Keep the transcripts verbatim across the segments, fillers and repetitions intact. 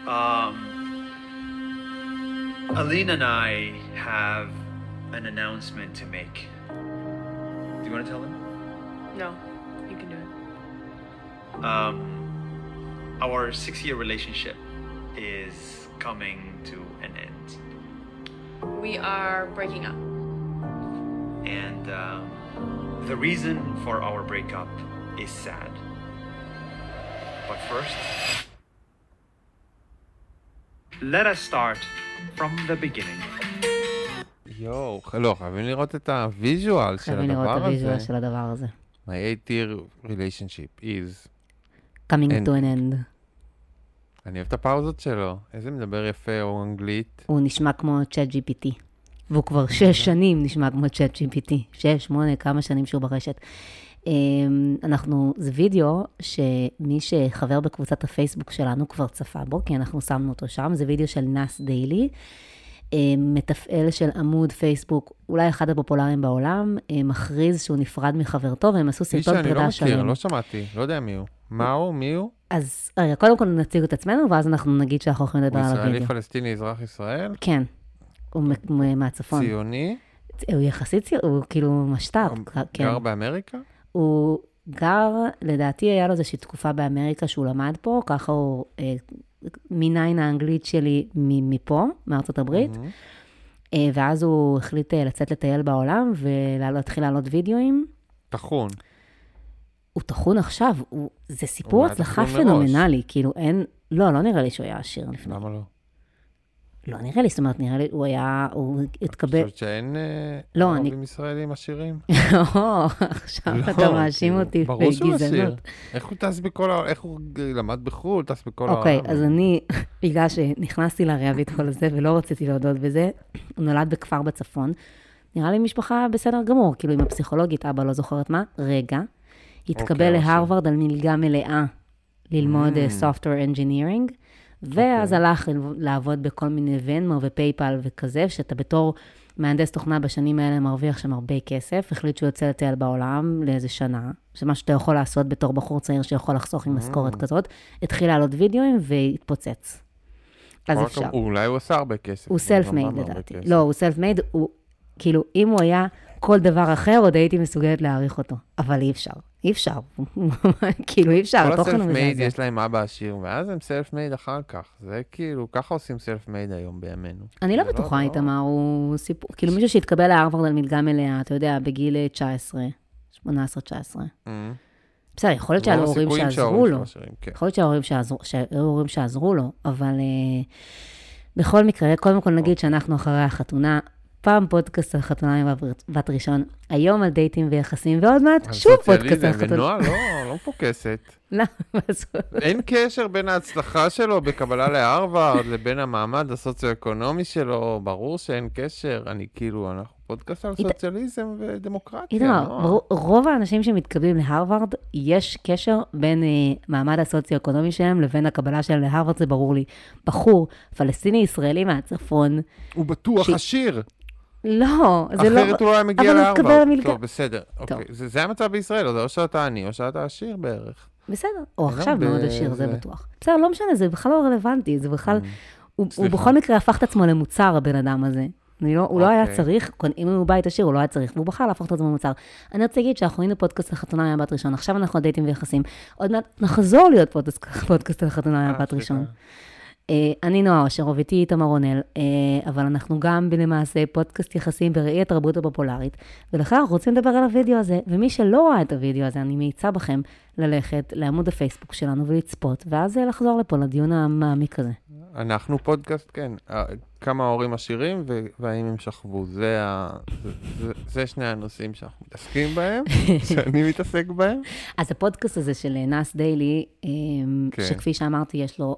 Um, Aline and I have an announcement to make. Do you want to tell them? No, you can do it. Um, our six-year relationship is coming to an end. We are breaking up. And um, the reason for our breakup is sad. But first, let us start from the beginning. יואו, לא, חייבים לראות את הוויז'ואל של חייבים לראות את הדבר הוויז'ואל הזה. של הדבר הזה. My eight-year relationship is... coming End. to an end. אני אוהב את הפאוזות שלו. איזה מדבר יפה או אנגלית. הוא נשמע כמו צ'אט ג'י פי טי. והוא כבר שש שנים נשמע כמו צ'אט ג'י פי טי. שש, שמונה, כמה שנים שהוא ברשת. אנחנו, זה וידאו שמי שחבר בקבוצת הפייסבוק שלנו כבר צפה בו, כי אנחנו שמנו אותו שם. זה וידאו של נאס דיילי, מתפעל של עמוד פייסבוק, אולי אחד הפופולריים בעולם, מכריז שהוא נפרד מחברתו, והם עשו סרטון פרידה שלם. אני לא מכיר, לא שמעתי, לא יודע מי הוא. מה הוא? מי הוא? אז רגע, קודם כל נציג את עצמנו, ואז אנחנו נגיד שאנחנו יכולים לדבר על הוידאו. הוא ישראלי פלסטיני, אזרח ישראל? כן, הוא מהצפון. ציוני? הוא יחסית ציוני, הוא כאילו משת"פ. גר באמריקה? הוא גר, לדעתי היה לו איזושהי תקופה באמריקה שהוא למד פה, ככה הוא, מניין האנגלית שלי מפה, מארצות הברית, ואז הוא החליט לצאת לטייל בעולם, ולהתחיל לעלות וידאוים. תחון. הוא תחון עכשיו, הוא, זה סיפור הצלחה פנומנלי, כאילו אין, לא, לא נראה לי שהוא היה עשיר לפני. למה לא? לא נראה לי, זאת אומרת, נראה לי, הוא היה, הוא התקבל... אני חושבת שאין לא, ערבים אני... ישראלים עשירים? לא, עכשיו אתה מאשים אותי בגזענות. ברור שהוא עשיר. איך הוא טס בכל העולם, איך הוא למד בחו"ל, טס בכל העולם? אוקיי, אז אני, בגלל שנכנסתי לריאבית כל הזה, ולא רציתי להודות בזה, הוא נולד בכפר בצפון, נראה לי משפחה בסדר גמור, כאילו עם הפסיכולוגית, אבא לא זוכרת מה, רגע, התקבל להרווארד על מלגה מלאה, ללמוד Software Engineering, ואז הלך לעבוד בכל מיני ונמו ופייפל וכזה, שאתה בתור מהנדס תוכנה בשנים האלה מרוויח שם הרבה כסף, החליט שהוא יוצא לטייל בעולם לאיזה שנה, שמה שאתה יכול לעשות בתור בחור צעיר שיכול לחסוך עם משכורת כזאת, התחיל לעלות וידאוים והתפוצץ. אז אפשר. אולי הוא עשה הרבה כסף. הוא סלף-מייד לדעתי. לא, הוא סלף-מייד, הוא כאילו, אם הוא היה כל דבר אחר, עוד הייתי מסוגלת להעריך אותו. אבל אי אפשר. אי אפשר. כאילו, אי אפשר. כל הסלף-מייד יש להם אבא עשיר, ואז הם סלף-מייד אחר כך. זה כאילו, ככה עושים סלף-מייד היום בימינו. אני לא בטוחה, איתמר, הוא סיפור, כאילו מישהו שהתקבל להרווארד על מלגה מלאה, אתה יודע, בגיל תשע עשרה, שמונה עשרה תשע עשרה. בסדר, יכול להיות שהיו הורים שעזרו לו. יכול להיות שהיו הורים שעזרו לו, אבל בכל מקרה, קודם כל נגיד שאנחנו אחרי החתונה, פעם פודקאסט על חתונה עם בת ראשון, היום על דייטים ויחסים, ועוד מעט שוב פודקאסט על חתונה. ונועה לא, לא מפוקסת. לא, מה זאת? אין קשר בין ההצלחה שלו בקבלה להרווארד, לבין המעמד הסוציו-אקונומי שלו, ברור שאין קשר. אני כאילו, אנחנו פודקאסט על סוציאליזם ודמוקרטיה. רוב האנשים שמתקבלים להרווארד, יש קשר בין מעמד הסוציו-אקונומי שלהם לבין הקבלה שלהם להרווארד, זה ברור לי. בחור, פלסטיני ישראלי מהצפון. הוא בטוח עשיר. לא, זה לא... אחרת הוא היה מגיע להרווארד. טוב, בסדר. זה המצב בישראל, או שאתה עני, או שאתה עשיר בערך. בסדר, או עכשיו מאוד עשיר, זה בטוח. בסדר, לא משנה, זה בכלל לא רלוונטי, זה בכלל... הוא בכל מקרה הפך את עצמו למוצר, הבן אדם הזה. הוא לא היה צריך, אם הוא בית עשיר, הוא לא היה צריך, והוא בכלל הפך את עצמו למוצר. אני רוצה להגיד שאנחנו היינו פודקאסט לחתונה עם בת ראשון, עכשיו אנחנו על דייטים ויחסים, עוד מעט נחזור להיות פודקאסט לחתונה עם בת ראשון. אני נועה אושר, רוביתי איתמר רונל, אבל אנחנו גם למעשה פודקאסט יחסים בראי התרבות הפופולרית, ולכן אנחנו רוצים לדבר על הוידאו הזה, ומי שלא רואה את הוידאו הזה, אני מאיצה בכם ללכת לעמוד הפייסבוק שלנו ולצפות, ואז לחזור לפה לדיון המעמיק הזה. אנחנו פודקאסט, כן, כמה הורים עשירים, והאם הם שכבו, זה שני הנושאים שאנחנו מתעסקים בהם, שאני מתעסק בהם. אז הפודקאסט הזה של נאס דיילי, שכפי שאמרתי, יש לו...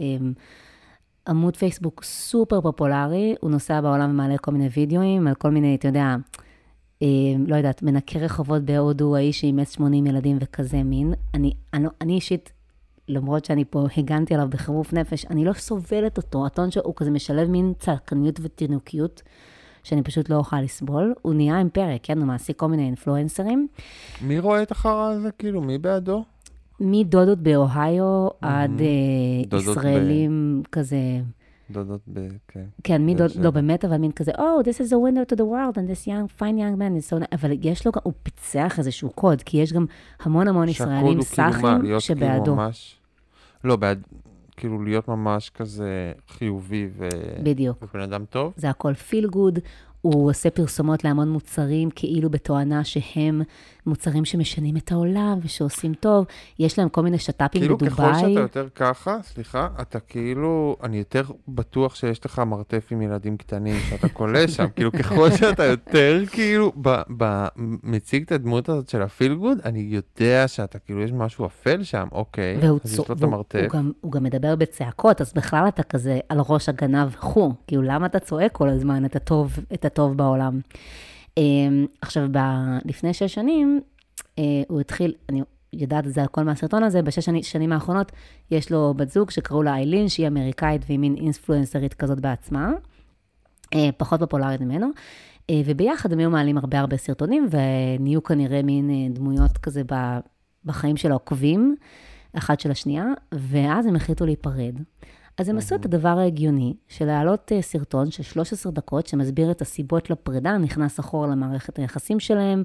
עמוד פייסבוק סופר פופולרי, הוא נוסע בעולם ומעלה כל מיני וידאוים, על כל מיני, אתה יודע, לא יודעת, מנקה רחובות בהודו, האיש שאימץ שמונים ילדים וכזה מין. אני, אני, אני אישית, למרות שאני פה הגנתי עליו בחירוף נפש, אני לא סובלת אותו, הטון שהוא כזה משלב מין צעקניות ותינוקיות, שאני פשוט לא אוכל לסבול. הוא נהיה אימפריה, כן? הוא מעסיק כל מיני אינפלואנסרים. מי רואה את החרא הזה? כאילו, מי בעדו? מדודות באוהיו עד ישראלים כזה... דודות ב... כן. כן, מדוד... לא באמת, אבל מין כזה, Oh, this is a window to the world, and this young, fine young man is so... אבל יש לו גם, הוא פיצח איזשהו קוד, כי יש גם המון המון ישראלים סאחים שבעדו. לא, בעד... כאילו להיות ממש כזה חיובי ו... בדיוק. ובן אדם טוב. זה הכל feel good. הוא עושה פרסומות להמון מוצרים, כאילו בתואנה שהם מוצרים שמשנים את העולם ושעושים טוב. יש להם כל מיני שטאפים כאילו בדוביי. ככל שאתה יותר ככה, סליחה, אתה כאילו, אני יותר בטוח שיש לך מרתף עם ילדים קטנים, שאתה קולה שם. כאילו ככל שאתה יותר כאילו ב, ב, מציג את הדמות הזאת של הפיל גוד, אני יודע שאתה כאילו יש משהו אפל שם, אוקיי. אז יש לו את המרתף. הוא גם, הוא גם מדבר בצעקות, אז בכלל אתה כזה על ראש הגנב חו. כאילו למה אתה צועק כל הזמן את הטוב, את הטוב בעולם. עכשיו, ב- לפני שש שנים, הוא התחיל, אני יודעת את זה הכל מהסרטון הזה, בשש שנים האחרונות יש לו בת זוג שקראו לה איילין, שהיא אמריקאית והיא מין אינפלואנסרית כזאת בעצמה, פחות פופולרית ממנו, וביחד הם היו מעלים הרבה הרבה סרטונים, ונהיו כנראה מין דמויות כזה בחיים של העוקבים, אחת של השנייה, ואז הם החליטו להיפרד. אז הם עשו את הדבר ההגיוני של להעלות סרטון של שלוש עשרה דקות, שמסביר את הסיבות לפרידה, נכנס אחורה למערכת היחסים שלהם,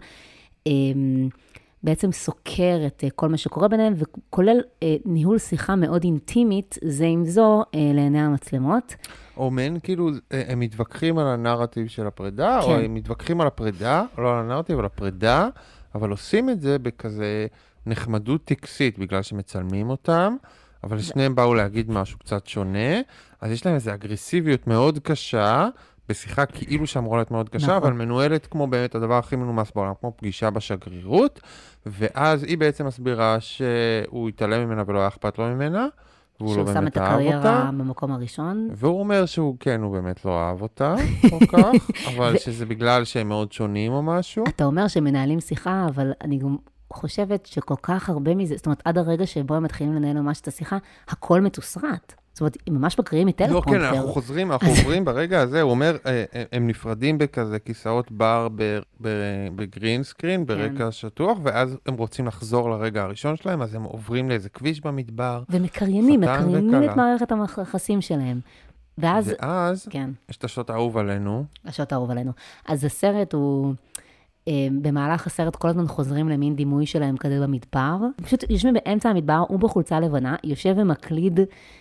בעצם סוקר את כל מה שקורה ביניהם, וכולל ניהול שיחה מאוד אינטימית, זה עם זו, לעיני המצלמות. או מן, כאילו, הם מתווכחים על הנרטיב של הפרידה, כן. או הם מתווכחים על הפרידה, לא על הנרטיב, על הפרידה, אבל עושים את זה בכזה נחמדות טקסית, בגלל שמצלמים אותם, אבל שניהם באו להגיד משהו קצת שונה, אז יש להם איזו אגרסיביות מאוד קשה, בשיחה כאילו שאמורה להיות מאוד קשה, אבל מנוהלת כמו באמת הדבר הכי מנומס בעולם, כמו פגישה בשגרירות, ואז היא בעצם מסבירה שהוא התעלם ממנה ולא היה אכפת לו ממנה, והוא לא באמת אהב אותה. שהוא שם את הקריירה במקום הראשון. והוא אומר שהוא כן, הוא באמת לא אהב אותה, כל כך, אבל שזה בגלל שהם מאוד שונים או משהו. אתה אומר שמנהלים שיחה, אבל אני גם... חושבת שכל כך הרבה מזה, זאת אומרת, עד הרגע שבו הם מתחילים לנהל ממש את השיחה, הכל מתוסרט. זאת אומרת, הם ממש מקריאים מטלפון. לא, כן, אנחנו חוזרים, אנחנו עוברים ברגע הזה, הוא אומר, הם נפרדים בכזה כיסאות בר בגרין סקרין, ברקע שטוח, ואז הם רוצים לחזור לרגע הראשון שלהם, אז הם עוברים לאיזה כביש במדבר. ומקריינים, מקריינים את מערכת היחסים שלהם. ואז, ואז, יש את השוט האהוב עלינו. השוט האהוב עלינו. אז הסרט הוא... במהלך הסרט כל הזמן חוזרים למין דימוי שלהם כזה במדבר. פשוט יושבים באמצע המדבר, הוא בחולצה לבנה, יושב ומקליד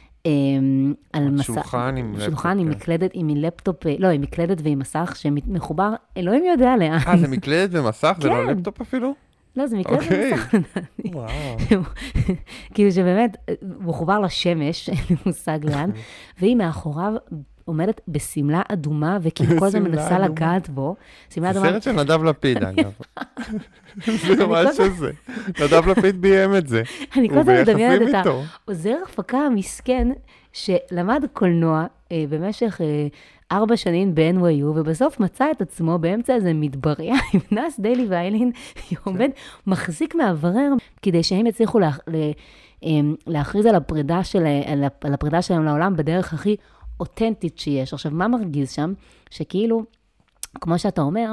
על מסך. שולחן עם לפטופ. שולחן עם מקלדת, עם לפטופ, לא, עם מקלדת ועם מסך שמחובר, אלוהים יודע לאן. אה, זה מקלדת ומסך? זה לא לפטופ אפילו? לא, זה מקלדת ומסך. וואו. כאילו שבאמת, הוא חובר לשמש, אין לי מושג לאן, והיא מאחוריו, עומדת בסמלה אדומה, וכאילו כל הזמן מנסה לגעת בו. זה סרט של נדב לפיד, אגב. זה ממש שזה. נדב לפיד ביים את זה. אני כל הזמן מדמיינת את העוזר הפקה המסכן, שלמד קולנוע במשך ארבע שנים ב-אן וואי יו, ובסוף מצא את עצמו באמצע איזה מדבריה, עם נס דיילי ואיילין, עומד, מחזיק מהברר, כדי שהם יצליחו להכריז על הפרידה שלהם לעולם בדרך הכי אותנטית שיש. עכשיו, מה מרגיז שם? שכאילו, כמו שאתה אומר,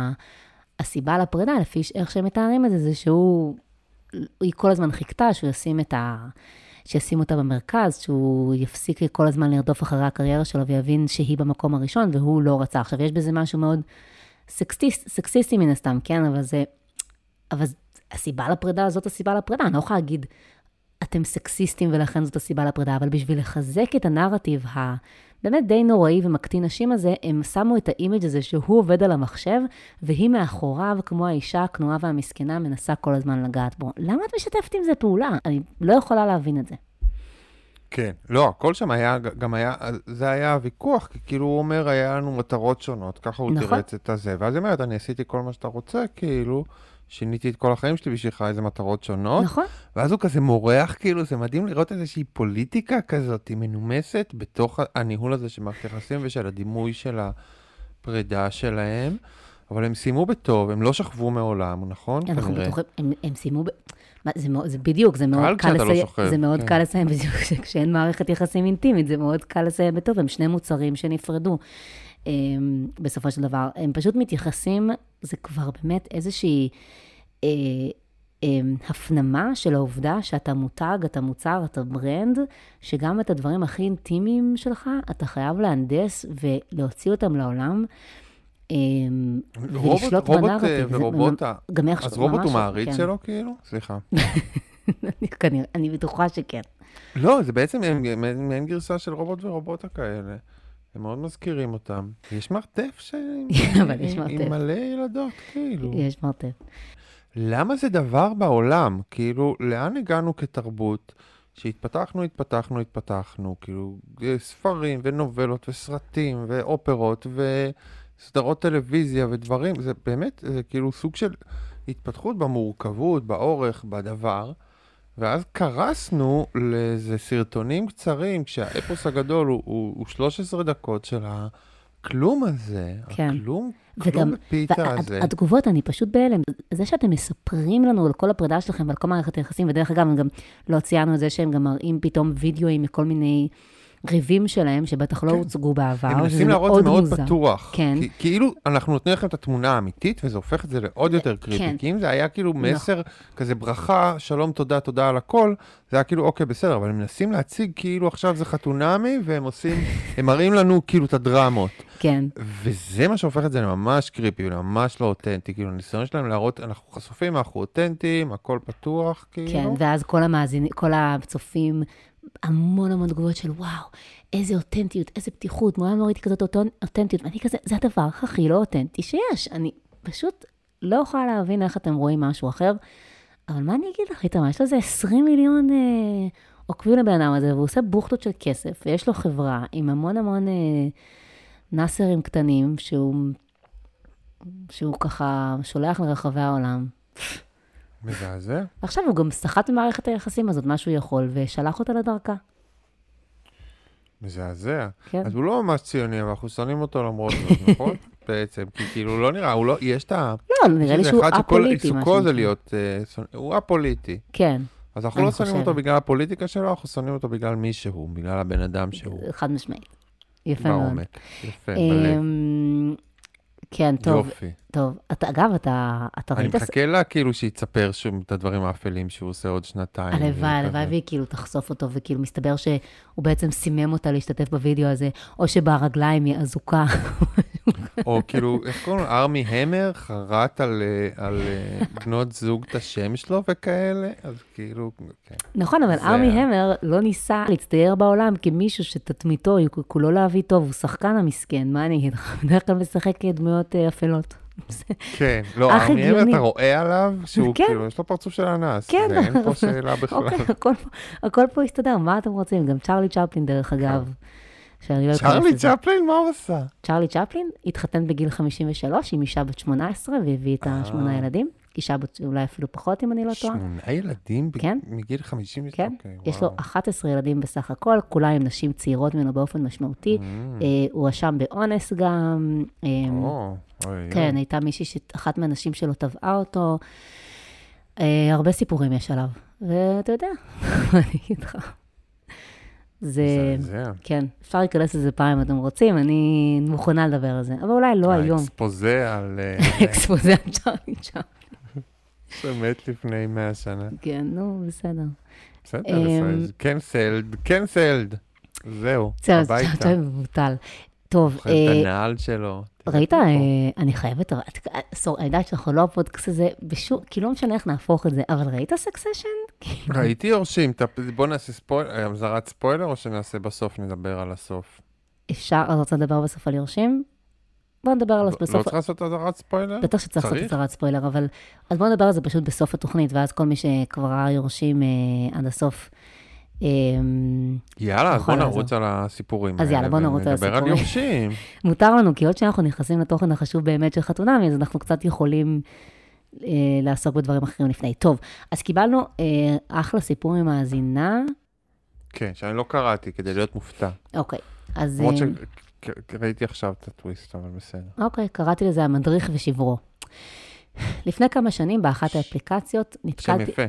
הסיבה לפרידה, לפי איך שהם מתארים את זה, זה שהוא, היא כל הזמן חיכתה, שהוא ישים את ה... שישים אותה במרכז, שהוא יפסיק כל הזמן לרדוף אחרי הקריירה שלו, ויבין שהיא במקום הראשון, והוא לא רצה. עכשיו, יש בזה משהו מאוד סקסיסט, סקסיסטי מן הסתם, כן? אבל זה, אבל הסיבה לפרידה, זאת הסיבה לפרידה. אני לא יכולה להגיד, אתם סקסיסטים ולכן זאת הסיבה לפרידה, אבל בשביל לחזק את הנרטיב הבאמת די נוראי ומקטין נשים הזה, הם שמו את האימג' הזה שהוא עובד על המחשב, והיא מאחוריו, כמו האישה הכנועה והמסכנה, מנסה כל הזמן לגעת בו. למה את משתפת עם זה פעולה? אני לא יכולה להבין את זה. כן, לא, הכל שם היה, גם היה, זה היה הוויכוח, כי כאילו הוא אומר, היה לנו מטרות שונות, ככה הוא נכון. תירץ את הזה, ואז היא אומרת, אני עשיתי כל מה שאתה רוצה, כאילו, שיניתי את כל החיים שלי בשבילך איזה מטרות שונות. נכון. ואז הוא כזה מורח, כאילו, זה מדהים לראות איזושהי פוליטיקה כזאת, היא מנומסת בתוך הניהול הזה של מערכת יחסים ושל הדימוי של הפרידה שלהם, אבל הם סיימו בטוב, הם לא שכבו מעולם, נכון? אנחנו בטוחים, הם, הם סיימו, ב... זה, זה בדיוק, זה מאוד קל לסיים, לא זה מאוד כן. קל לסיים, בדיוק, כשאין מערכת יחסים אינטימית, זה מאוד קל לסיים בטוב, הם שני מוצרים שנפרדו. בסופו של דבר, הם פשוט מתייחסים, זה כבר באמת איזושהי, הפנמה של העובדה שאתה מותג, אתה מוצר, אתה ברנד, שגם את הדברים הכי אינטימיים שלך, אתה חייב להנדס ולהוציא אותם לעולם, ולשלוט בנרטיב. ורובוט, אז רובוט הוא מעריץ שלו כאילו? סליחה. אני בטוחה שכן. לא, זה בעצם מעין גרסה של רובוט ורובוטה כאלה. הם מאוד מזכירים אותם. יש מרתף עם מלא ילדות, כאילו. יש מרתף. למה זה דבר בעולם? כאילו, לאן הגענו כתרבות? שהתפתחנו, התפתחנו, התפתחנו. כאילו, ספרים ונובלות וסרטים ואופרות וסדרות טלוויזיה ודברים. זה באמת, זה כאילו סוג של התפתחות במורכבות, באורך, בדבר. ואז קרסנו לאיזה סרטונים קצרים, כשהאפוס הגדול הוא, הוא, הוא שלוש עשרה דקות של הכלום הזה, כן. הכלום, וגם, כלום בפיתה וה, הזה. התגובות, אני פשוט בהלם. זה שאתם מספרים לנו על כל הפרידה שלכם ועל כל מערכת היחסים, ודרך אגב, הם גם לא ציינו את זה שהם גם מראים פתאום וידאוים מכל מיני ריבים שלהם, שבטח לא הוצגו בעבר. הם מנסים להראות זה מאוד פתוח. כן. כאילו, אנחנו נותנים לכם את התמונה האמיתית, וזה הופך את זה לעוד יותר קריטי. כי אם זה היה כאילו מסר, כזה ברכה, שלום, תודה, תודה על הכל, זה היה כאילו, אוקיי, בסדר, אבל הם מנסים להציג כאילו עכשיו זה חתונמי, והם עושים, הם מראים לנו כאילו את הדרמות. כן. וזה מה שהופך את זה לממש קריפי, ולממש לא אותנטי. כאילו, הניסיון שלהם להראות, אנחנו חשופים, אנחנו אותנטיים, הכל פתוח, כאילו. כן, ואז כל המאזינים, כל הצופים, המון המון תגובות של וואו, איזה אותנטיות, איזה פתיחות, מעולם לא ראיתי כזאת אותנטיות, ואני כזה, זה הדבר הכי לא אותנטי שיש. אני פשוט לא יכולה להבין איך אתם רואים משהו אחר, אבל מה אני אגיד לך איתם? יש לו איזה עשרים מיליון אה, עוקבים לבן אדם הזה, והוא עושה בוכטות של כסף, ויש לו חברה עם המון המון אה, נאסרים קטנים, שהוא, שהוא ככה שולח לרחבי העולם. מזעזע. עכשיו הוא גם סחט במערכת היחסים הזאת, מה שהוא יכול, ושלח אותה לדרכה. מזעזע. כן. אז הוא לא ממש ציוני, אבל אנחנו שונאים אותו למרות זאת, נכון? בעצם, כי כאילו לא נראה, הוא לא, יש את ה... לא, נראה לי שהוא אפוליטי. עיסוקו זה להיות, הוא אפוליטי. כן. אז אנחנו לא שונאים אותו בגלל הפוליטיקה שלו, אנחנו שונאים אותו בגלל מי שהוא, בגלל הבן אדם שהוא. חד משמעית. יפה מאוד. בעומק. יפה, בלב. כן, טוב. יופי. טוב, אתה, אגב, אתה, אתה אני ראית... מחכה לה כאילו שיצפר שום את הדברים האפלים שהוא עושה עוד שנתיים. הלוואי, הלוואי והיא כאילו תחשוף אותו, וכאילו מסתבר שהוא בעצם סימם אותה להשתתף בווידאו הזה, או שברגליים היא אזוקה. או כאילו, איך קוראים לו? ארמי המר חרט על, על בנות זוג את השם שלו וכאלה, אז כאילו... כן. נכון, אבל זה... ארמי המר לא ניסה להצטייר בעולם כמישהו שתתמיתו, כולו להביא טוב, הוא שחקן המסכן, מה אני אגיד לך? בדרך כלל משחק דמויות אפלות. כן, לא, ארמי המר אתה רואה עליו שהוא כאילו, יש לו פרצוף של אנס, כן, ואין פה שאלה בכלל. הכל פה הסתדר, מה אתם רוצים? גם צ'רלי צ'פלין דרך אגב. צ'רלי צ'פלין, מה הוא עשה? צ'רלי צ'פלין התחתן בגיל חמישים ושלוש עם אישה בת שמונה עשרה, והביא את השמונה ילדים. אישה בת אולי אפילו פחות, אם אני לא טועה. שמונה ילדים מגיל חמישים ושלוש? כן, יש לו אחת עשרה ילדים בסך הכל, כולם עם נשים צעירות ממנו באופן משמעותי. הוא אשם באונס גם. כן, הייתה מישהי שאחת מהנשים שלו טבעה אותו. הרבה סיפורים יש עליו. ואתה יודע, מה אני אגיד לך? זה, כן, אפשר להיכנס לזה פעם אם אתם רוצים, אני מוכנה לדבר על זה, אבל אולי לא היום. האקספוזה על... האקספוזה על צ'רלי צ'פלין. שמת לפני מאה שנה. כן, נו, בסדר. בסדר, בסדר. קנסלד, קנסלד. זהו, הביתה. זהו, מבוטל. טוב. את הנעל שלו. ראית, אני חייבת, אני יודעת שאנחנו לא הפודקאסט הזה, כי לא משנה איך נהפוך את זה, אבל ראית סקסשן? ראיתי יורשים, בוא נעשה ספוילר, זרת ספוילר, או שנעשה בסוף, נדבר על הסוף? אפשר, אז רוצה לדבר בסוף על יורשים? בוא נדבר על הסוף. לא צריך לעשות זרת ספוילר? בטח שצריך לעשות זרת ספוילר, אבל אז בוא נדבר על זה פשוט בסוף התוכנית, ואז כל מי שכבר ראה יורשים עד הסוף, יאללה, אז בוא נרוץ על הסיפורים. אז יאללה, בוא נרוץ על הסיפורים. נדבר על יורשים. מותר לנו, כי עוד שאנחנו נכנסים לתוכן החשוב באמת של חתונמי, אז אנחנו קצת יכולים לעסוק בדברים אחרים לפני. טוב, אז קיבלנו אחלה סיפור עם האזינה. כן, שאני לא קראתי, כדי להיות מופתע. אוקיי, אז... למרות שראיתי עכשיו את הטוויסט, אבל בסדר. אוקיי, קראתי לזה המדריך ושברו. לפני כמה שנים, באחת האפליקציות, נתקלתי... שם יפה.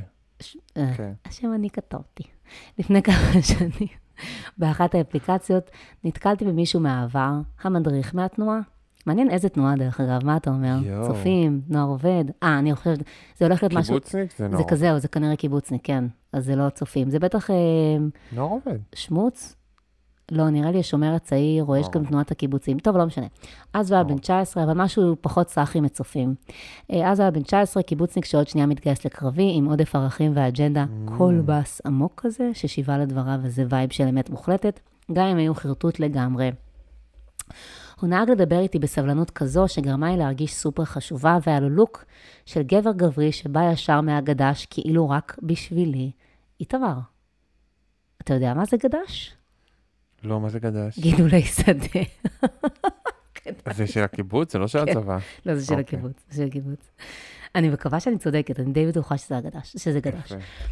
השם אני כתבתי. לפני כמה שנים, באחת האפליקציות, נתקלתי במישהו מהעבר, המדריך מהתנועה, מעניין איזה תנועה דרך אגב, מה אתה אומר? יו. צופים, נוער עובד. אה, אני חושבת, זה הולך להיות משהו... קיבוצניק זה נוער. זה כזה, זה כנראה קיבוצניק, כן. אז זה לא צופים. זה בטח... נוער עובד. שמוץ? לא, נראה לי השומר הצעיר, או יש גם תנועת הקיבוצים. טוב, לא משנה. אז היה בן תשע עשרה, אבל משהו פחות סחי מצופים. אז היה בן תשע עשרה, קיבוצניק שעוד שנייה מתגייס לקרבי, עם עודף ערכים ואג'נדה, כל בס עמוק כזה, ששיבה לדבריו, וזה וייב של אמת מוחלטת, גם אם היו חרטוט לגמרי. הוא נהג לדבר איתי בסבלנות כזו, שגרמה לי להרגיש סופר חשובה, והיה לו לוק של גבר גברי, שבא ישר מהגדש, כאילו רק בשבילי, התעבר. אתה יודע מה זה גדש? לא, מה זה גדש? גידולי שדה. זה של הקיבוץ? זה לא של הצבא. לא, זה של הקיבוץ, זה של הקיבוץ. אני מקווה שאני צודקת, אני די בטוחה שזה הגדש, שזה גדש.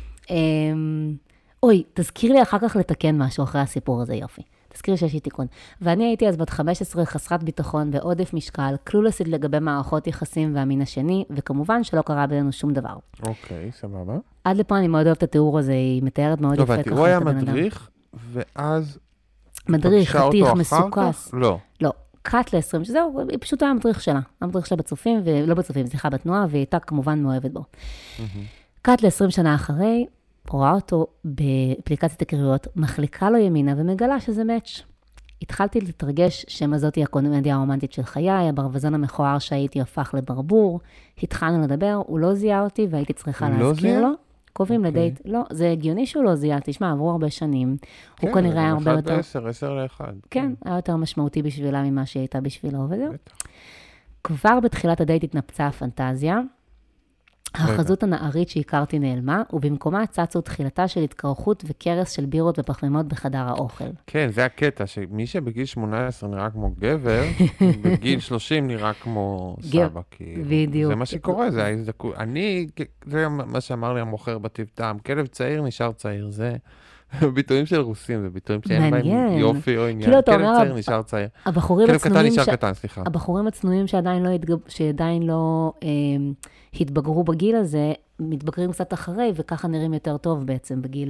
אוי, תזכיר לי אחר כך לתקן משהו אחרי הסיפור הזה, יופי. תזכיר לי שיש לי תיקון. ואני הייתי אז בת חמש עשרה, חסרת ביטחון ועודף משקל, קלולסית לגבי מערכות יחסים והמין השני, וכמובן שלא קרה בינינו שום דבר. אוקיי, סבבה. עד לפה אני מאוד אוהבת את התיאור הזה, היא מתארת מאוד יפה ככה את הבן אדם. הוא היה מדריך, ואז... מדריך, חתיך, מסוכס. לא. לא, קאט ל-עשרים, שזהו, היא פשוט היה המדריך שלה. המדריך שלה בצופים, ולא בצופים, סליחה, בתנועה, והיא הייתה כמובן מאוהבת בו. קאט ל-עשרים שנה אחרי, רואה אותו באפליקציית הקריאות, מחליקה לו ימינה ומגלה שזה מאץ'. התחלתי להתרגש שמה זאתי הקומדיה הרומנטית של חיי, הברווזון המכוער שהייתי הפך לברבור, התחלנו לדבר, הוא לא זיהה אותי והייתי צריכה להזכיר לו. קובעים לדייט, לא, זה הגיוני שהוא לא זיהה, תשמע, עברו הרבה שנים, הוא כנראה היה הרבה יותר... כן, עשר, עשר לאחד. כן, היה יותר משמעותי בשבילה ממה שהיא הייתה בשבילו, וזהו. כבר בתחילת הדייט התנפצה הפנטזיה, החזות הנערית שהכרתי נעלמה, ובמקומה צצו תחילתה של התקרחות וקרס של בירות ופחמימות בחדר האוכל. כן, זה הקטע, שמי שבגיל שמונה עשרה נראה כמו גבר, בגיל שלושים נראה כמו סבא, כאילו. בדיוק. זה מה שקורה, זה ההזדקות. אני, זה מה שאמר לי המוכר בטיב טעם, כלב צעיר נשאר צעיר, זה... ביטויים של רוסים, זה ביטויים שאין בהם יופי או עניין. כלב צעיר נשאר צעיר. כלב קטן נשאר קטן, סליחה. הבחורים הצנועים שעדיין לא התבגרו בגיל הזה, מתבגרים קצת אחרי, וככה נראים יותר טוב בעצם בגיל...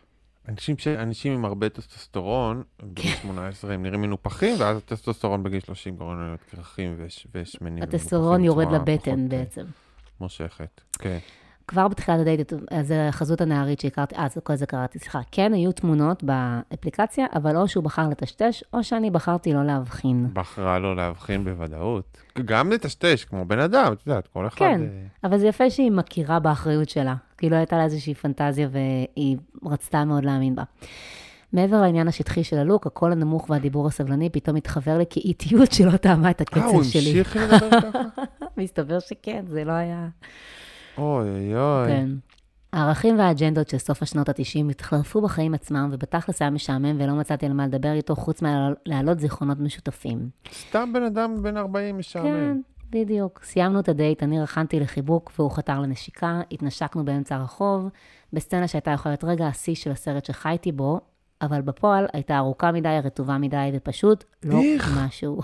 אנשים עם הרבה טסטוסטרון, בגיל שמונה עשרה, הם נראים מנופחים, ואז הטסטוסטרון בגיל שלושים גורם להם קרחים ושמנים. הטסטוסטרון יורד לבטן בעצם. מושכת, כן. כבר בתחילת הדייט, אז החזות הנערית שהכרתי, אה, כל זה קראתי, סליחה, כן, היו תמונות באפליקציה, אבל או שהוא בחר לטשטש, או שאני בחרתי לא להבחין. בחרה לא להבחין בוודאות. גם לטשטש, כמו בן אדם, את יודעת, כל אחד... כן, אבל זה יפה שהיא מכירה באחריות שלה, כי לא הייתה לה איזושהי פנטזיה, והיא רצתה מאוד להאמין בה. מעבר לעניין השטחי של הלוק, הקול הנמוך והדיבור הסבלני פתאום התחבר לי כאיטיות שלא טעמה את הקצב שלי. אה, הוא המשיך לדבר ככה? מסתבר שכן, זה לא היה... אוי, אוי, אוי. כן. הערכים והאג'נדות של סוף השנות ה-תשעים התחלפו בחיים עצמם, ובתכלס היה משעמם ולא מצאתי על מה לדבר איתו, חוץ מהעלות זיכרונות משותפים. סתם בן אדם בן ארבעים משעמם. כן, בדיוק. סיימנו את הדייט, אני רחנתי לחיבוק, והוא חתר לנשיקה, התנשקנו באמצע הרחוב, בסצנה שהייתה יכולת רגע השיא של הסרט שחייתי בו, אבל בפועל הייתה ארוכה מדי, רטובה מדי, ופשוט לא משהו.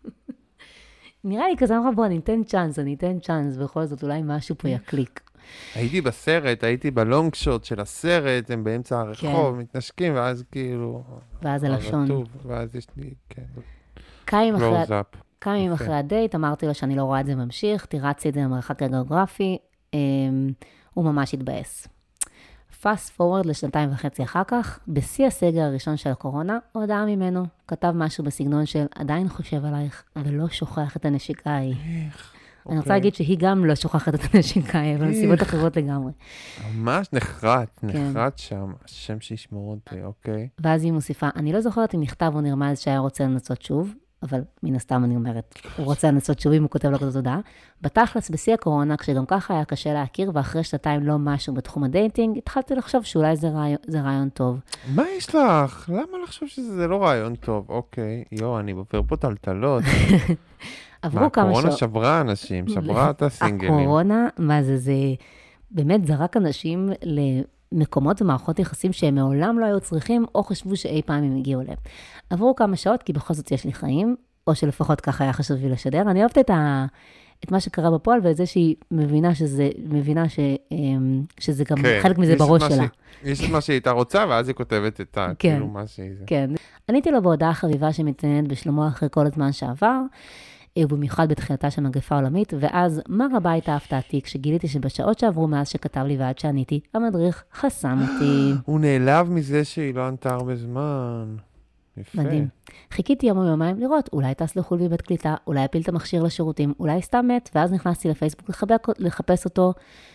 נראה לי כזה אמרה, בוא, אני אתן צ'אנס, אני אתן צ'אנס, בכל זאת אולי משהו פה יקליק. הייתי בסרט, הייתי בלונג שוט של הסרט, הם באמצע הרחוב, מתנשקים, ואז כאילו... ואז הלשון. ואז יש לי, כן. כמה ימים אחרי הדייט, אמרתי לו שאני לא רואה את זה ממשיך, תירצתי את זה במרחק הגיאוגרפי, הוא ממש התבאס. פאסט פורוורד לשנתיים וחצי אחר כך, בשיא הסגר הראשון של הקורונה, הודעה ממנו, כתב משהו בסגנון של עדיין חושב עלייך, ולא שוכח את הנשיקה ההיא. אני רוצה להגיד שהיא גם לא שוכחת את הנשיקה ההיא, אבל מסיבות אחרות לגמרי. ממש נחרט, נחרט שם, השם שישמור אותי, אוקיי. ואז היא מוסיפה, אני לא זוכרת אם נכתב או נרמז שהיה רוצה לנסות שוב, אבל מן הסתם אני אומרת, הוא רוצה לנסות שוב אם הוא כותב לו כזאת הודעה. בתכלס, בשיא הקורונה, כשגם ככה היה קשה להכיר, ואחרי שנתיים לא משהו בתחום הדייטינג, התחלתי לחשוב שאולי זה רעיון, זה רעיון טוב. מה יש לך? למה לחשוב שזה לא רעיון טוב? אוקיי, יו, אני עובר פה טלטלות. עברו כמה שעות. הקורונה שברה אנשים, שברה את הסינגלים. הקורונה, מה זה, זה באמת זרק אנשים למקומות ומערכות יחסים שהם מעולם לא היו צריכים, או חשבו שאי פעם הם הגיעו להם. עברו כמה שעות, כי בכל זאת יש לי חיים, או שלפחות ככה היה חשוב לי לשדר. אני אוהבת את, ה, את מה שקרה בפועל, ואת זה שהיא מבינה שזה, מבינה ש, שזה גם כן, חלק מזה בראש שלה. יש את מה שהיא הייתה רוצה, ואז היא כותבת את ה, כאילו מה שהיא זה. כן. עניתי לו בהודעה חביבה שמתעניינת בשלומו אחרי כל הזמן שעבר, ובמיוחד בתחילתה של מגפה עולמית, ואז מה רבה הייתה הפתעתי כשגיליתי שבשעות שעברו מאז שכתב לי ועד שעניתי, המדריך חסם אותי. הוא נעלב מזה שהיא לא ענתה הרבה זמן. יפה. מדהים. חיכיתי יום או יומיים לראות, אולי טס לחו"ל בבית קליטה, אולי הפיל את המכשיר לשירותים, אולי סתם מת, ואז נכנסתי לפייסבוק לחבק, לחפש אותו,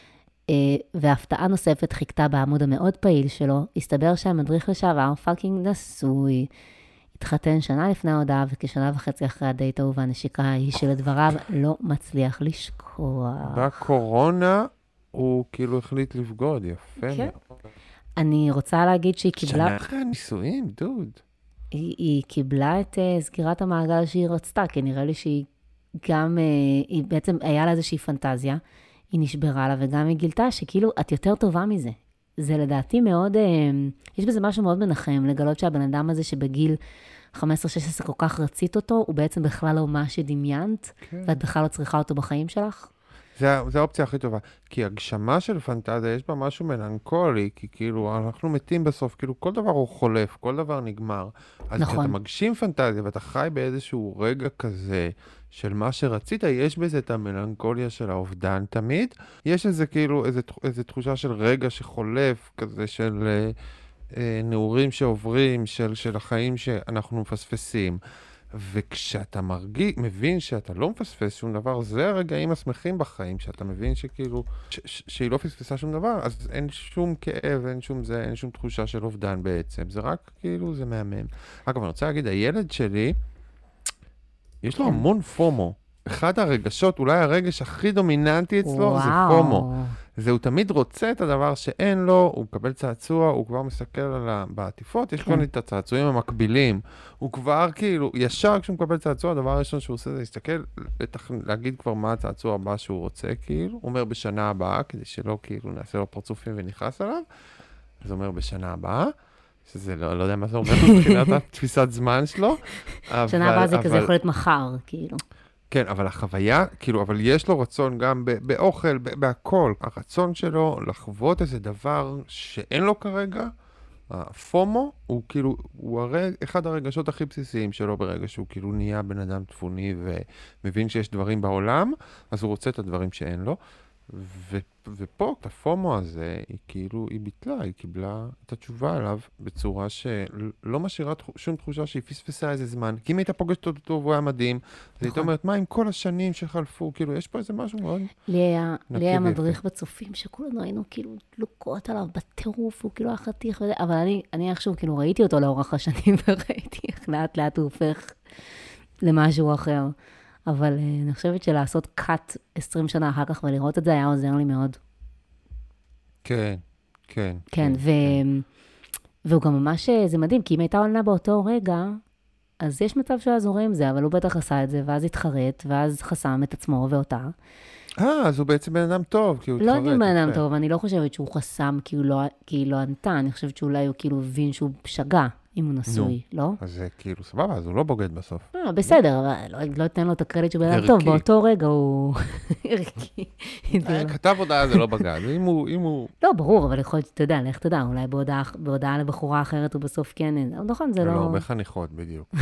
והפתעה נוספת חיכתה בעמוד המאוד פעיל שלו, הסתבר שהמדריך לשעבר פאקינג נשוי, התחתן שנה לפני ההודעה, וכשנה וחצי אחרי הדייט ההוא והנשיקה ההיא שלדבריו לא מצליח לשכוח. בקורונה הוא כאילו החליט לבגוד, יפה. כן. אני רוצה להגיד שהיא קיבלה... שנה אחרי הנישואים, דוד. היא, היא קיבלה את uh, סגירת המעגל שהיא רצתה, כי נראה לי שהיא גם, uh, היא בעצם היה לה איזושהי פנטזיה, היא נשברה לה, וגם היא גילתה שכאילו, את יותר טובה מזה. זה לדעתי מאוד, uh, יש בזה משהו מאוד מנחם, לגלות שהבן אדם הזה שבגיל חמש עשרה שש עשרה כל כך רצית אותו, הוא בעצם בכלל לא מה שדמיינת, כן. ואת בכלל לא צריכה אותו בחיים שלך. זה, זה האופציה הכי טובה, כי הגשמה של פנטזיה יש בה משהו מלנכולי, כי כאילו אנחנו מתים בסוף, כאילו כל דבר הוא חולף, כל דבר נגמר. אז נכון. כשאתה מגשים פנטזיה ואתה חי באיזשהו רגע כזה של מה שרצית, יש בזה את המלנכוליה של האובדן תמיד. יש איזה כאילו, איזה, איזה תחושה של רגע שחולף, כזה של אה, אה, נעורים שעוברים, של, של החיים שאנחנו מפספסים. וכשאתה מרגיש, מבין שאתה לא מפספס שום דבר, זה הרגעים השמחים בחיים, שאתה מבין שכאילו, ש- ש- שהיא לא פספסה שום דבר, אז אין שום כאב, אין שום זה, אין שום תחושה של אובדן בעצם, זה רק כאילו, זה מהמם. אגב, אני רוצה להגיד, הילד שלי, יש לו המון פומו. אחד הרגשות, אולי הרגש הכי דומיננטי אצלו, וואו. זה פומו. זה הוא תמיד רוצה את הדבר שאין לו, הוא מקבל צעצוע, הוא כבר מסתכל על בעטיפות, יש כבר את הצעצועים המקבילים. הוא כבר כאילו, ישר כשהוא מקבל צעצוע, הדבר הראשון שהוא עושה זה להסתכל, להגיד כבר מה הצעצוע הבא שהוא רוצה, כאילו. הוא אומר בשנה הבאה, כדי שלא כאילו נעשה לו פרצופים ונכנס עליו. אז הוא אומר בשנה הבאה, שזה לא, לא יודע מה זה אומר, מבחינת התפיסת זמן שלו. שנה הבאה זה כזה יכול להיות מחר, כאילו. כן, אבל החוויה, כאילו, אבל יש לו רצון גם באוכל, בהכל. הרצון שלו לחוות איזה דבר שאין לו כרגע, הפומו, הוא כאילו, הוא הרג, אחד הרגשות הכי בסיסיים שלו ברגע שהוא כאילו נהיה בן אדם תפוני ומבין שיש דברים בעולם, אז הוא רוצה את הדברים שאין לו. ו, ופה, את הפומו הזה, היא כאילו, היא ביטלה, היא קיבלה את התשובה עליו בצורה שלא משאירה שום תחושה שהיא פספסה איזה זמן. כי אם הייתה פוגשת אותו והוא היה מדהים, אז הייתה אומרת, מה עם כל השנים שחלפו? כאילו, יש פה איזה משהו מאוד נקי ויפה. לי היה מדריך בצופים שכולנו היינו כאילו דלוקות עליו בטירוף, הוא כאילו היה חתיך וזה, אבל אני, אני איכשהו כאילו ראיתי אותו לאורך השנים וראיתי איך לאט לאט הוא הופך למשהו אחר. אבל uh, אני חושבת שלעשות קאט עשרים שנה אחר כך ולראות את זה היה עוזר לי מאוד. כן, כן. כן, ו... והוא גם ממש, זה מדהים, כי אם הייתה עונה באותו רגע, אז יש מצב שהוא עזור עם זה, אבל הוא בטח עשה את זה, ואז התחרט, ואז חסם את עצמו ואותה. אה, אז הוא בעצם בן אדם טוב, כי הוא התחרט. לא יודעים בן אדם טוב, אני לא חושבת שהוא חסם כי הוא לא, כי היא לא ענתה, אני חושבת שאולי הוא כאילו הבין שהוא שגע. אם הוא נשוי, לא? אז זה כאילו סבבה, אז הוא לא בוגד בסוף. לא, בסדר, אבל לא אתן לו את הקרדיט שהוא בן אדם טוב, באותו רגע הוא ערכי. כתב הודעה זה לא בגד, אם הוא... לא, ברור, אבל יכול להיות, אתה יודע, לך תדע, אולי בהודעה לבחורה אחרת הוא בסוף כן, נכון, זה לא... לא, הרבה חניכות בדיוק.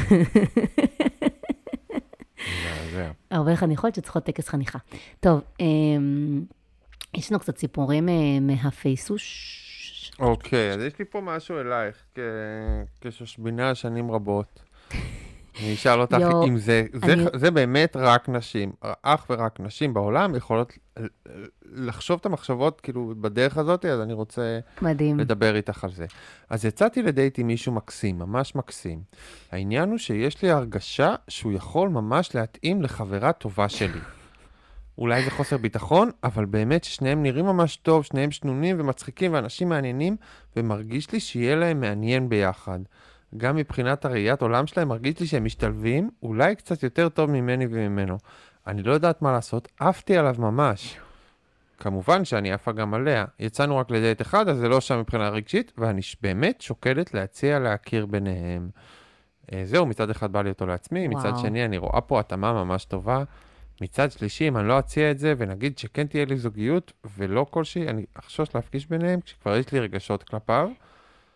הרבה חניכות שצריכות טקס חניכה. טוב, יש לנו קצת סיפורים מהפייסוש, אוקיי, אז יש לי פה משהו אלייך, כשושבינה שנים רבות. אני אשאל אותך אם זה, זה באמת רק נשים, אך ורק נשים בעולם יכולות לחשוב את המחשבות כאילו בדרך הזאת, אז אני רוצה לדבר איתך על זה. אז יצאתי לדייט עם מישהו מקסים, ממש מקסים. העניין הוא שיש לי הרגשה שהוא יכול ממש להתאים לחברה טובה שלי. אולי זה חוסר ביטחון, אבל באמת ששניהם נראים ממש טוב, שניהם שנונים ומצחיקים ואנשים מעניינים, ומרגיש לי שיהיה להם מעניין ביחד. גם מבחינת הראיית עולם שלהם, מרגיש לי שהם משתלבים, אולי קצת יותר טוב ממני וממנו. אני לא יודעת מה לעשות, עפתי עליו ממש. כמובן שאני עפה גם עליה. יצאנו רק לדייט אחד, אז זה לא שם מבחינה רגשית, ואני באמת שוקלת להציע להכיר ביניהם. זהו, מצד אחד בא לי אותו לעצמי, וואו. מצד שני אני רואה פה התאמה ממש טובה. מצד שלישי, אם אני לא אציע את זה, ונגיד שכן תהיה לי זוגיות, ולא כלשהי, אני אחשוש להפגיש ביניהם, כשכבר יש לי רגשות כלפיו.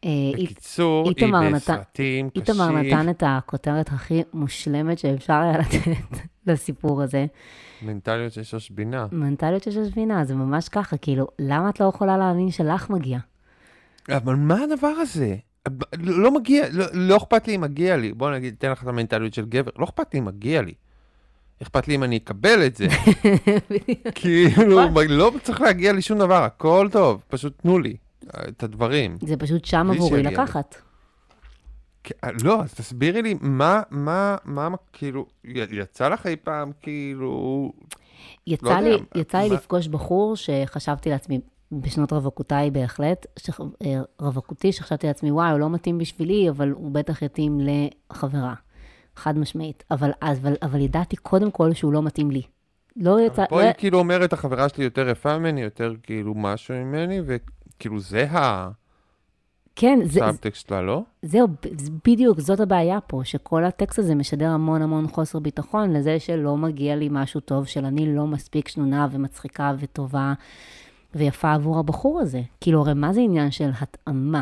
בקיצור, היא בסרטים קשים. איתמר נתן את הכותרת הכי מושלמת שאפשר היה לתת לסיפור הזה. מנטליות של שוש בינה. מנטליות של שוש בינה, זה ממש ככה, כאילו, למה את לא יכולה להאמין שלך מגיע? אבל מה הדבר הזה? לא מגיע, לא, לא אכפת לי אם מגיע לי. בוא נגיד, תן לך את המנטליות של גבר. לא אכפת לי אם מגיע לי. אכפת לי אם אני אקבל את זה. כאילו, לא צריך להגיע לי שום דבר, הכל טוב. פשוט תנו לי את הדברים. זה פשוט שם עבורי לקחת. לא, אז תסבירי לי, מה, מה, מה, כאילו, יצא לך אי פעם, כאילו... יצא לי, יצא לי לפגוש בחור שחשבתי לעצמי, בשנות רווקותיי בהחלט, רווקותי שחשבתי לעצמי, וואי, הוא לא מתאים בשבילי, אבל הוא בטח יתאים לחברה. חד משמעית. אבל, אבל, אבל ידעתי קודם כל שהוא לא מתאים לי. לא יצא... פה היא כאילו אומרת, החברה שלי יותר יפה ממני, יותר כאילו משהו ממני, וכאילו זה ה... כן, זה... סאבטקסט שלה, לא? זהו, בדיוק, זאת הבעיה פה, שכל הטקסט הזה משדר המון המון חוסר ביטחון, לזה שלא מגיע לי משהו טוב, של אני לא מספיק שנונה ומצחיקה וטובה ויפה עבור הבחור הזה. כאילו, הרי מה זה עניין של התאמה?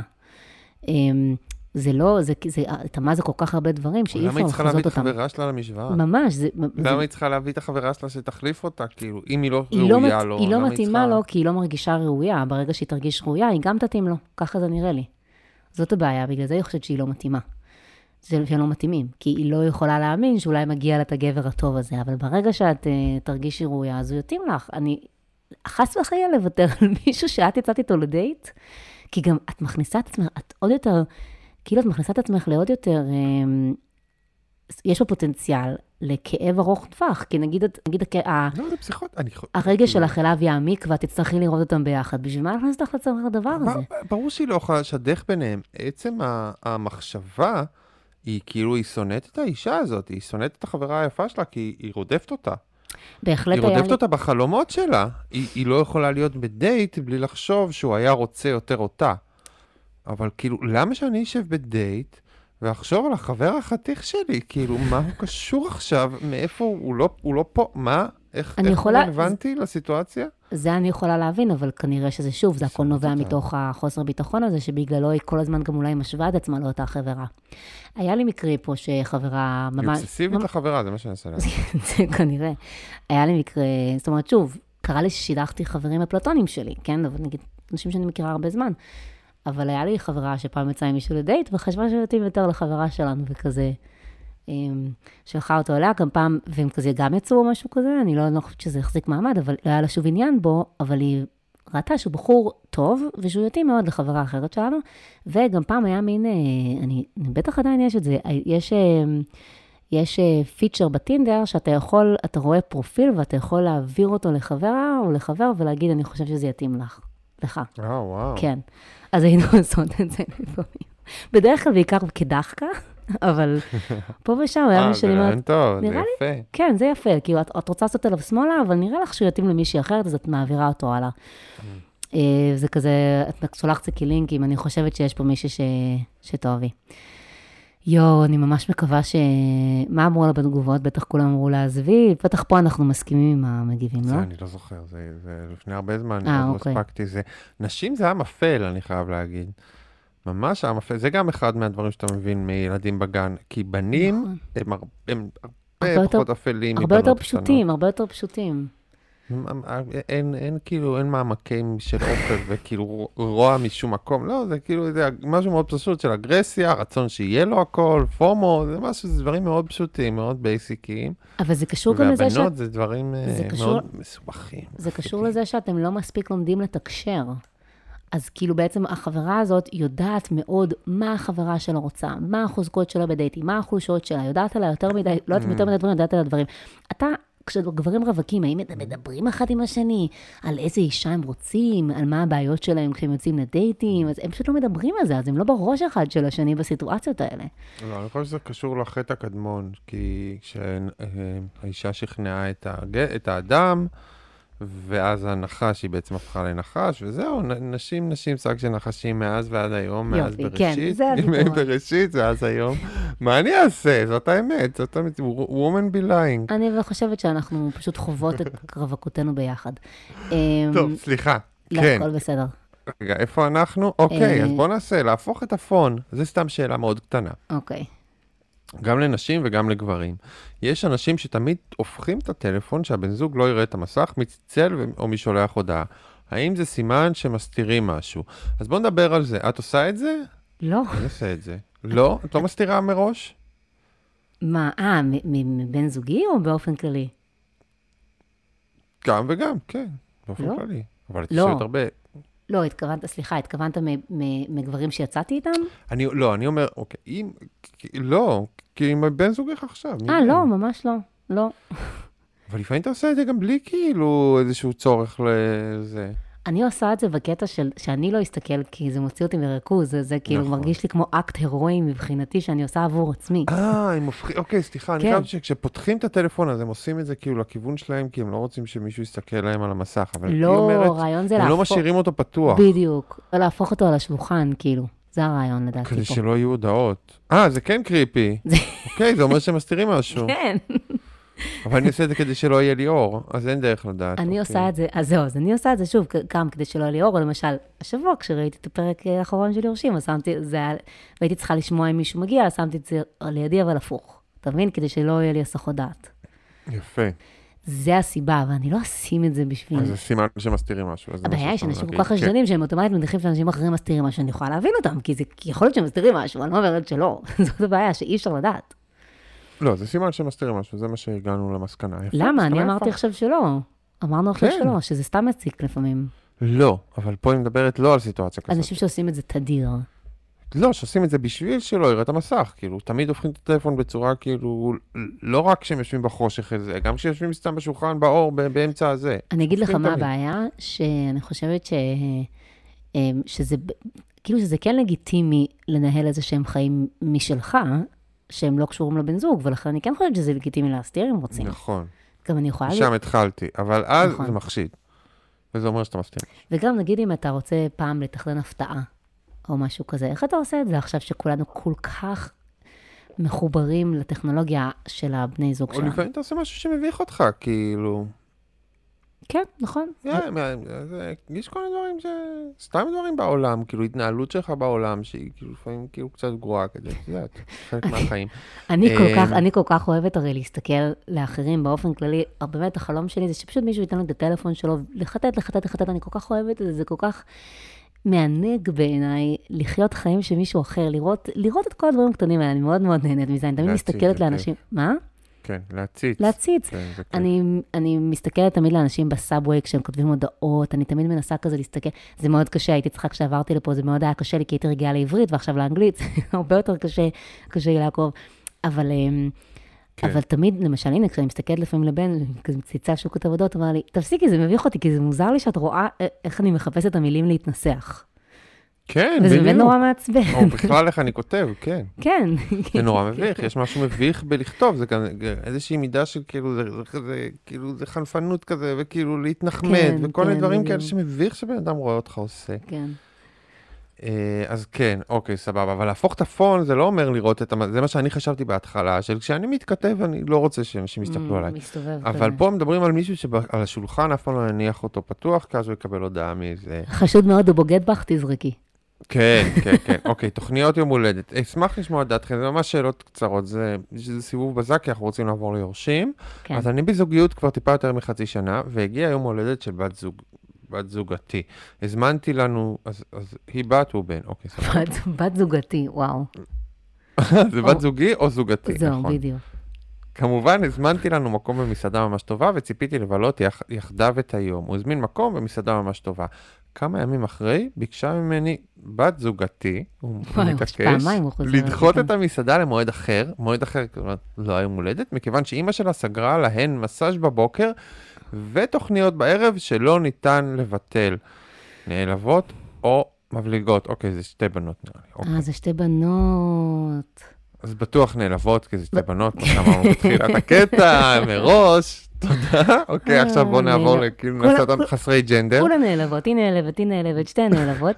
זה לא, זה, זה, התאמה זה כל כך הרבה דברים, שאי אפשר לחזות אותם. למה היא צריכה להביא את החברה שלה למשוואה? ממש. זה, למה זה... היא צריכה להביא את החברה שלה שתחליף אותה? כאילו, אם היא לא היא ראויה לא לו, היא לא למה מתאימה היא צריכה... לו, כי היא לא מרגישה ראויה. ברגע שהיא תרגיש ראויה, היא גם תתאים לו. ככה זה נראה לי. זאת הבעיה, בגלל זה היא חושבת שהיא לא מתאימה. זה שהם לא מתאימים, כי היא לא יכולה להאמין שאולי מגיע לה את הגבר הטוב הזה, אבל ברגע שאת uh, תרגישי ראויה, אז הוא יתאים לך. אני חס וחלילה לוותר על מישהו שאת יצאת איתו לדייט, כי גם את מכניסה את עצמך, את עוד יותר, כאילו את מכניסה את עצמך לעוד יותר, um, יש פה פוטנציאל לכאב ארוך טווח, כי נגיד, נגיד לא, זה פסיכות. אני... הרגע שלך אליו יעמיק, ואת תצטרכי לראות אותם ביחד. בשביל מה להכניס לך לצורך לדבר הזה? ברור שהיא לא יכולה לשדך ביניהם. עצם המחשבה, היא כאילו, היא שונאת את האישה הזאת, היא שונאת את החברה היפה שלה, כי היא רודפת אותה. בהחלט היא היה לי... רודפת אותה בחלומות שלה. היא, היא לא יכולה להיות בדייט בלי לחשוב שהוא היה רוצה יותר אותה. אבל כאילו, למה שאני אשב בדייט, ואחשוב על החבר החתיך שלי, כאילו, מה הוא קשור עכשיו? מאיפה הוא לא, הוא לא פה? מה? איך, איך יכולה... הוא רלוונטי לסיטואציה? זה אני יכולה להבין, אבל כנראה שזה שוב, זה הכל נובע מתוך החוסר ביטחון הזה, שבגללו היא כל הזמן גם אולי משווה את עצמה לאותה חברה. היה לי מקרה פה שחברה... היא אובססיבית לחברה, זה מה שאני אעשה לה. זה כנראה. היה לי מקרה, זאת אומרת, שוב, קרה לי ששידחתי חברים הפלטונים שלי, כן? אבל נגיד, אנשים שאני מכירה הרבה זמן. אבל היה לי חברה שפעם יצאה עם מישהו לדייט, וחשבה שבתאים יותר לחברה שלנו, וכזה, שלחה אותו אליה, גם פעם, והם כזה גם יצאו או משהו כזה, אני לא, לא חושבת שזה החזיק מעמד, אבל לא היה לה שוב עניין בו, אבל היא ראתה שהוא בחור טוב, ושהוא יתאים מאוד לחברה אחרת שלנו, וגם פעם היה מין, אני, בטח עדיין יש את זה, יש, יש פיצ'ר בטינדר, שאתה יכול, אתה רואה פרופיל, ואתה יכול להעביר אותו לחברה, או לחבר, ולהגיד, אני חושב שזה יתאים לך, לך. וואו, וואו. כן. אז היינו עושות את זה לפעמים. בדרך כלל בעיקר כדחקה, אבל פה ושם היה מה שאני אומרת... אה, זה טוב, זה יפה. כן, זה יפה, כי את רוצה לעשות עליו שמאלה, אבל נראה לך שהוא יתאים למישהי אחרת, אז את מעבירה אותו הלאה. זה כזה, את שולחת זה כלינקים, אני חושבת שיש פה מישהי שתאהבי. יו, אני ממש מקווה ש... מה אמרו לה בתגובות? בטח כולם אמרו לה, עזבי, בטח פה אנחנו מסכימים עם המגיבים, לא? זה אני לא זוכר, זה לפני הרבה זמן, אני לא הספקתי זה. נשים זה היה מפל, אני חייב להגיד. ממש היה מפל. זה גם אחד מהדברים שאתה מבין מילדים בגן, כי בנים הם הרבה פחות אפלים מבנות קטנות. הרבה יותר פשוטים, הרבה יותר פשוטים. אין, אין כאילו, אין מעמקים של אוכל וכאילו רוע משום מקום, לא, זה כאילו, זה משהו מאוד פשוט של אגרסיה, רצון שיהיה לו הכל, פומו, זה משהו, זה דברים מאוד פשוטים, מאוד בייסיקיים. אבל זה קשור גם לזה ש... והבנות זה דברים מאוד מסובכים. זה קשור לזה שאתם לא מספיק לומדים לתקשר. אז כאילו בעצם החברה הזאת יודעת מאוד מה החברה שלה רוצה, מה החוזקות שלה בדייטים, מה החולשות שלה, יודעת עליה יותר מדי, לא יודעת יותר מדי דברים, יודעת עליה דברים. אתה... כשגברים רווקים, האם הם מדברים אחד עם השני, על איזה אישה הם רוצים, על מה הבעיות שלהם כשהם יוצאים לדייטים, אז הם פשוט לא מדברים על זה, אז הם לא בראש אחד של השני בסיטואציות האלה. לא, אני חושב שזה קשור לחטא הקדמון, כי כשהאישה שכנעה את האדם, ואז הנחש היא בעצם הפכה לנחש, וזהו, נשים, נשים, שק של נחשים מאז ועד היום, מאז בראשית. כן, זה הדיבור. בראשית, זה אז היום. מה אני אעשה? זאת האמת, זאת האמת, woman be lying. אני חושבת שאנחנו פשוט חוות את רווקותנו ביחד. טוב, סליחה. לא, כן. הכל בסדר. רגע, איפה אנחנו? אוקיי, אז בוא נעשה, להפוך את הפון. זו סתם שאלה מאוד קטנה. אוקיי. גם לנשים וגם לגברים. יש אנשים שתמיד הופכים את הטלפון שהבן זוג לא יראה את המסך, מצלצל או משולח הודעה. האם זה סימן שמסתירים משהו? אז בוא נדבר על זה. את עושה את זה? לא. אני עושה את זה. לא? את לא מסתירה מראש? מה, אה, מבן זוגי או באופן כללי? גם וגם, כן. באופן לא. כללי. אבל את לא. שואלת הרבה. לא, התכוונת, סליחה, התכוונת מגברים שיצאתי איתם? אני, לא, אני אומר, אוקיי, אם, לא, כי עם בן זוגך עכשיו. אה, לא, ממש לא, לא. אבל לפעמים אתה עושה את זה גם בלי כאילו איזשהו צורך לזה. אני עושה את זה בקטע של, שאני לא אסתכל, כי זה מוציא אותי מריכוז, זה, זה כאילו נכון. מרגיש לי כמו אקט הרואי מבחינתי, שאני עושה עבור עצמי. אה, הם הופכים, אוקיי, סליחה, אני כן. חושב שכשפותחים את הטלפון, אז הם עושים את זה כאילו לכיוון שלהם, כי הם לא רוצים שמישהו יסתכל להם על המסך, אבל היא לא, אומרת, הרעיון זה הם להפוך... לא משאירים אותו פתוח. בדיוק, להפוך אותו על השולחן, כאילו. זה הרעיון לדעתי פה. כדי שלא יהיו הודעות. אה, זה כן קריפי. אוקיי, זה אומר שהם מסתירים משהו. כן. אבל אני עושה את זה כדי שלא יהיה לי אור, אז אין דרך לדעת. אני אוקיי. עושה את זה, אז זהו, אז אני עושה את זה שוב, גם כדי שלא יהיה לי אור, או למשל, השבוע כשראיתי את הפרק האחרון של יורשים, אז שמתי, זה היה, והייתי צריכה לשמוע אם מישהו מגיע, אז שמתי את זה לידי, אבל הפוך. אתה מבין? כדי שלא יהיה לי הסחות דעת. יפה. זה הסיבה, אבל אני לא אשים את זה בשביל... אז זה סימן שמסתירים משהו. הבעיה היא שאנשים כל כך חשדנים, שהם אוטומטית מניחים שאנשים אחרים מסתירים משהו, אני יכולה להבין אותם, כי זה יכול להיות שהם מסתירים משהו, אני לא אומרת שלא. זאת הבעיה, שאי אפשר לדעת. לא, זה סימן שמסתירים משהו, זה מה שהגענו למסקנה. למה? אני אמרתי עכשיו שלא. אמרנו עכשיו שלא, שזה סתם מציק לפעמים. לא, אבל פה היא מדברת לא על סיטואציה כזאת. אנשים שעושים את זה תדיר. לא, שעושים את זה בשביל שלא יראה את המסך, כאילו, תמיד הופכים את הטלפון בצורה, כאילו, לא רק כשהם יושבים בחושך הזה, גם כשיושבים סתם בשולחן, באור, באמצע הזה. אני אגיד לך מה הבעיה, שאני חושבת ש... שזה, כאילו שזה כן לגיטימי לנהל איזה שהם חיים משלך, שהם לא קשורים לבן זוג, ולכן אני כן חושבת שזה לגיטימי להסתיר אם רוצים. נכון. גם אני יכולה... שם התחלתי, אבל אז נכון. זה מחשיד. וזה אומר שאתה מסתיר. וגם נגיד אם אתה רוצה פעם לתכנן הפתעה, או משהו כזה, איך אתה עושה את זה עכשיו שכולנו כל כך מחוברים לטכנולוגיה של הבני זוג שלנו? או לפעמים אתה עושה משהו שמביך אותך, כאילו... כן, נכון. יש כל מיני דברים ש... סתם דברים בעולם, כאילו התנהלות שלך בעולם, שהיא כאילו לפעמים כאילו קצת גרועה כדי, את יודעת, חלק מהחיים. אני כל כך אוהבת הרי להסתכל לאחרים באופן כללי, באמת החלום שלי זה שפשוט מישהו ייתן לו את הטלפון שלו, לחטט, לחטט, לחטט, אני כל כך אוהבת את זה, זה כל כך מענג בעיניי לחיות חיים של מישהו אחר, לראות את כל הדברים הקטנים האלה, אני מאוד מאוד נהנית מזה, אני תמיד מסתכלת לאנשים, מה? כן, להציץ. להציץ. אני, אני מסתכלת תמיד לאנשים בסאבווי, כשהם כותבים הודעות, אני תמיד מנסה כזה להסתכל, זה מאוד קשה, הייתי צריכה כשעברתי לפה, זה מאוד היה קשה לי, כי הייתי רגיעה לעברית, ועכשיו לאנגלית, זה הרבה יותר קשה, קשה לי לעקוב, אבל, כן. אבל תמיד, למשל, הנה, כשאני מסתכלת לפעמים לבן, כזה מציצה שהוא כותב הודעות, אמר לי, תפסיקי, זה מביך אותי, כי זה מוזר לי שאת רואה איך אני מחפשת את המילים להתנסח. כן, וזה באמת נורא מעצבן. או בכלל איך אני כותב, כן. כן. זה נורא מביך, יש משהו מביך בלכתוב, זה גם איזושהי מידה של כאילו, זה כאילו, זה חנפנות כזה, וכאילו להתנחמד, וכל מיני דברים כאלה שמביך שבן אדם רואה אותך עושה. כן. אז כן, אוקיי, סבבה, אבל להפוך את הפון זה לא אומר לראות את, זה מה שאני חשבתי בהתחלה, של כשאני מתכתב אני לא רוצה שאנשים יסתכלו עליי. אבל פה מדברים על מישהו שעל השולחן אף פעם לא נניח אותו פתוח, כי אז הוא יקבל הודעה מזה. חשוד מאוד, הוא בוגד בך, תזרקי. כן, כן, כן. אוקיי, תוכניות יום הולדת. אשמח לשמוע את דעתכם, זה ממש שאלות קצרות, זה, זה סיבוב בזק, כי אנחנו רוצים לעבור ליורשים. כן. אז אני בזוגיות כבר טיפה יותר מחצי שנה, והגיע יום הולדת של בת זוג, בת זוגתי. הזמנתי לנו, אז, אז היא בת או בן, אוקיי, סבבה. בת, בת זוגתי, וואו. זה בת זוגי או זוגתי, זהו, נכון. בדיוק. כמובן, הזמנתי לנו מקום במסעדה ממש טובה, וציפיתי לבלות יח, יחדיו את היום. הוא הזמין מקום במסעדה ממש טובה. כמה ימים אחרי, ביקשה ממני בת זוגתי, הוא מתעקש, לדחות את המסעדה למועד אחר, מועד אחר, לא היום הולדת, מכיוון שאימא שלה סגרה להן מסאז' בבוקר, ותוכניות בערב שלא ניתן לבטל. נעלבות או מבליגות. אוקיי, זה שתי בנות נראה לי. אה, זה שתי בנות. אז בטוח נעלבות, כי זה שתי בנות, כמו שאמרנו בתחילת הקטע, מראש. תודה. אוקיי, עכשיו בואו נעבור לכאילו נעשה אותם חסרי ג'נדר. כולה נעלבות, היא נעלבת, היא נעלבת, שתי נעלבות.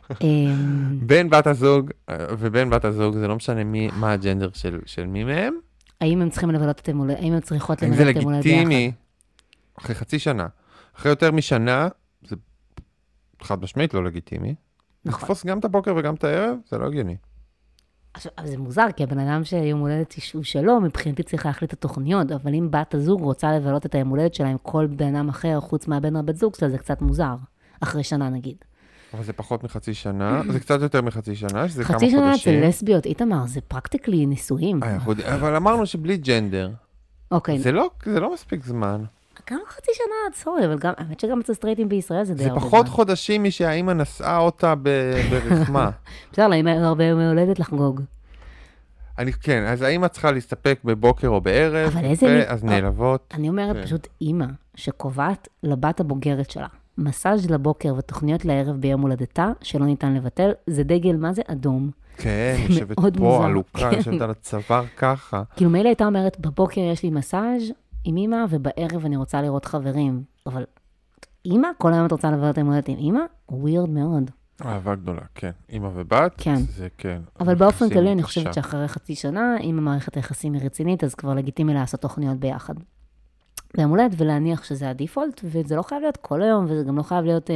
בין בת הזוג ובין בת הזוג, זה לא משנה מה הג'נדר של מי מהם. האם הם צריכים לבלות את המולדת, האם הם צריכות לבלות את המולדת ביחד? זה לגיטימי, אחרי חצי שנה. אחרי יותר משנה, זה חד משמעית לא לגיטימי. נכון. לתפוס גם את הבוקר וגם את הערב, זה לא הגיוני. עכשיו, זה מוזר, כי הבן אדם שיום הולדת הוא שלו, מבחינתי צריך להחליט את התוכניות, אבל אם בת הזוג רוצה לבלות את היום הולדת שלה עם כל בן אדם אחר, חוץ מהבן הבת זוג שלה, זה קצת מוזר. אחרי שנה נגיד. אבל זה פחות מחצי שנה, זה קצת יותר מחצי שנה, שזה כמה חודשים. חצי שנה אצל לסביות, איתמר, זה פרקטיקלי נישואים. אבל אמרנו שבלי ג'נדר. אוקיי. זה לא, זה לא מספיק זמן. גם חצי שנה, סורי, אבל גם, האמת שגם אצל סטרייטים בישראל זה די הרבה זמן. זמן. זה פחות חודשים משהאימא נשאה אותה ברחמה. בסדר, לאמא הרבה יום הולדת לחגוג. אני, כן, אז האמא צריכה להסתפק בבוקר או בערב, אז נעלבות. אני אומרת פשוט אימא שקובעת לבת הבוגרת שלה, מסאז' לבוקר ותוכניות לערב ביום הולדתה, שלא ניתן לבטל, זה דגל, מה זה אדום? כן, יושבת פה, עלוקה, יושבת על הצוואר ככה. כאילו מילא הייתה אומרת, בבוקר יש לי מסאז' עם אימא, ובערב אני רוצה לראות חברים. אבל אימא, כל היום את רוצה לבוא עם הולדת עם אימא, ווירד מאוד. אהבה גדולה, כן. אימא ובת, כן. זה כן. אבל באופן כללי, אני חושבת שאחרי חצי שנה, אם המערכת היחסים היא רצינית, אז כבר לגיטימי לעשות תוכניות ביחד. ביום הולדת, ולהניח שזה הדיפולט, וזה לא חייב להיות כל היום, וזה גם לא חייב להיות... אה,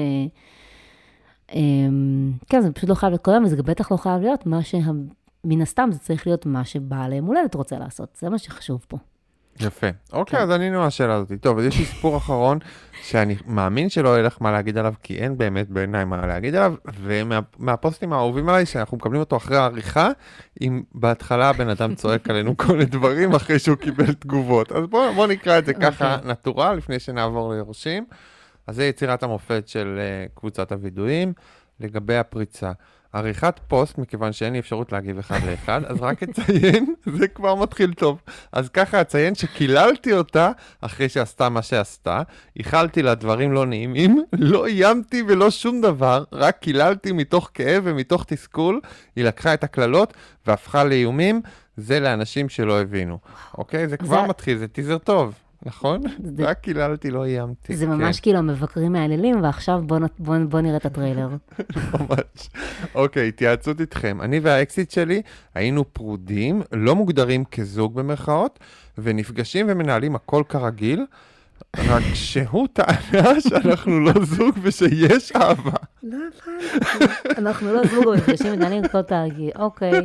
אה, כן, זה פשוט לא חייב להיות כל היום, וזה גם בטח לא חייב להיות מה שה... מן הסתם, זה צריך להיות מה שבעל יום הולדת רוצה לעשות. זה מה שחשוב פה. יפה. אוקיי, אז אני נו השאלה הזאת. טוב, אז יש לי סיפור אחרון, שאני מאמין שלא יהיה לך מה להגיד עליו, כי אין באמת בעיניי מה להגיד עליו, ומהפוסטים האהובים עליי, שאנחנו מקבלים אותו אחרי העריכה, אם בהתחלה הבן אדם צועק עלינו כל הדברים, אחרי שהוא קיבל תגובות. אז בואו נקרא את זה ככה נטורל, לפני שנעבור ליורשים. אז זה יצירת המופת של קבוצת הוידועים, לגבי הפריצה. עריכת פוסט, מכיוון שאין לי אפשרות להגיב אחד לאחד, אז רק אציין, זה כבר מתחיל טוב. אז ככה אציין שקיללתי אותה אחרי שעשתה מה שעשתה, איחלתי לה דברים לא נעימים, לא איימתי ולא שום דבר, רק קיללתי מתוך כאב ומתוך תסכול, היא לקחה את הכללות והפכה לאיומים, זה לאנשים שלא הבינו. אוקיי? זה כבר מתחיל, זה טיזר טוב. נכון? רק קיללתי, לא איימתי. זה ממש כאילו המבקרים מהאלילים, ועכשיו בוא נראה את הטריילר. ממש. אוקיי, התייעצות איתכם. אני והאקסיט שלי היינו פרודים, לא מוגדרים כזוג במרכאות, ונפגשים ומנהלים הכל כרגיל, רק שהוא טענה שאנחנו לא זוג ושיש אהבה. לא הבנתי. אנחנו לא זוג ומפגשים ומנהלים הכל כרגיל. אוקיי.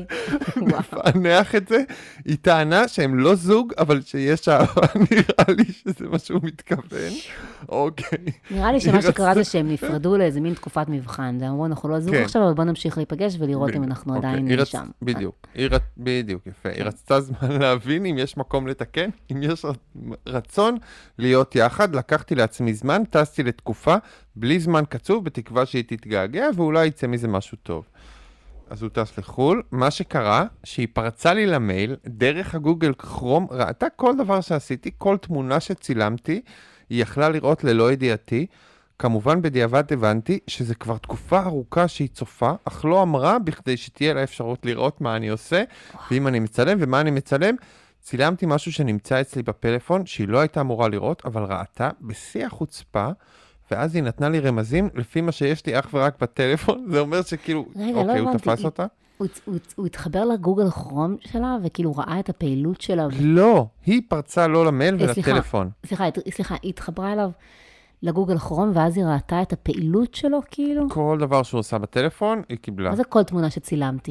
לפענח את זה, היא טענה שהם לא זוג, אבל שיש אהבה. נראה לי שזה מה שהוא מתכוון. אוקיי. נראה לי שמה שקרה זה שהם נפרדו לאיזה מין תקופת מבחן. זה אמרו, אנחנו לא זוג עכשיו, אבל בוא נמשיך להיפגש ולראות אם אנחנו עדיין שם. בדיוק. בדיוק, יפה. היא רצתה זמן להבין אם יש מקום לתקן, אם יש רצון להיות יחד, לקחתי לעצמי זמן, טסתי לתקופה, בלי זמן קצוב, בתקווה שהיא תתגעגע, ואולי יצא מזה משהו טוב. אז הוא טס לחול. מה שקרה, שהיא פרצה לי למייל, דרך הגוגל כרום, ראתה כל דבר שעשיתי, כל תמונה שצילמתי, היא יכלה לראות ללא ידיעתי, כמובן בדיעבד הבנתי שזה כבר תקופה ארוכה שהיא צופה, אך לא אמרה בכדי שתהיה לה אפשרות לראות מה אני עושה, ואם אני מצלם ומה אני מצלם, צילמתי משהו שנמצא אצלי בפלאפון, שהיא לא הייתה אמורה לראות, אבל ראתה בשיא החוצפה, ואז היא נתנה לי רמזים, לפי מה שיש לי אך ורק בטלפון, זה אומר שכאילו, רגע, אוקיי, לא הוא תפס אותה? הוא, הוא, הוא התחבר לגוגל כרום שלה, וכאילו ראה את הפעילות שלה. לא, היא פרצה לא למייל ולטלפון. סליחה, סליחה, היא התחברה אליו לגוגל כרום, ואז היא ראתה את הפעילות שלו, כאילו? כל דבר שהוא עושה בטלפון, היא קיבלה. מה זה כל תמונה שצילמתי?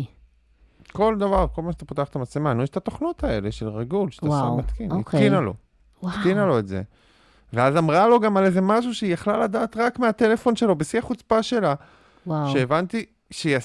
כל דבר, כל מה שאתה פותח את המצלמה, נו, יש את התוכנות האלה של רגול, שאתה שם מתקין, היא אוקיי. התקינה לו. התקינה לו את זה. ואז אמרה לו גם על איזה משהו שהיא יכלה לדעת רק מהטלפון שלו, בשיא החוצפה שלה. וואו. שהבנתי שהיא...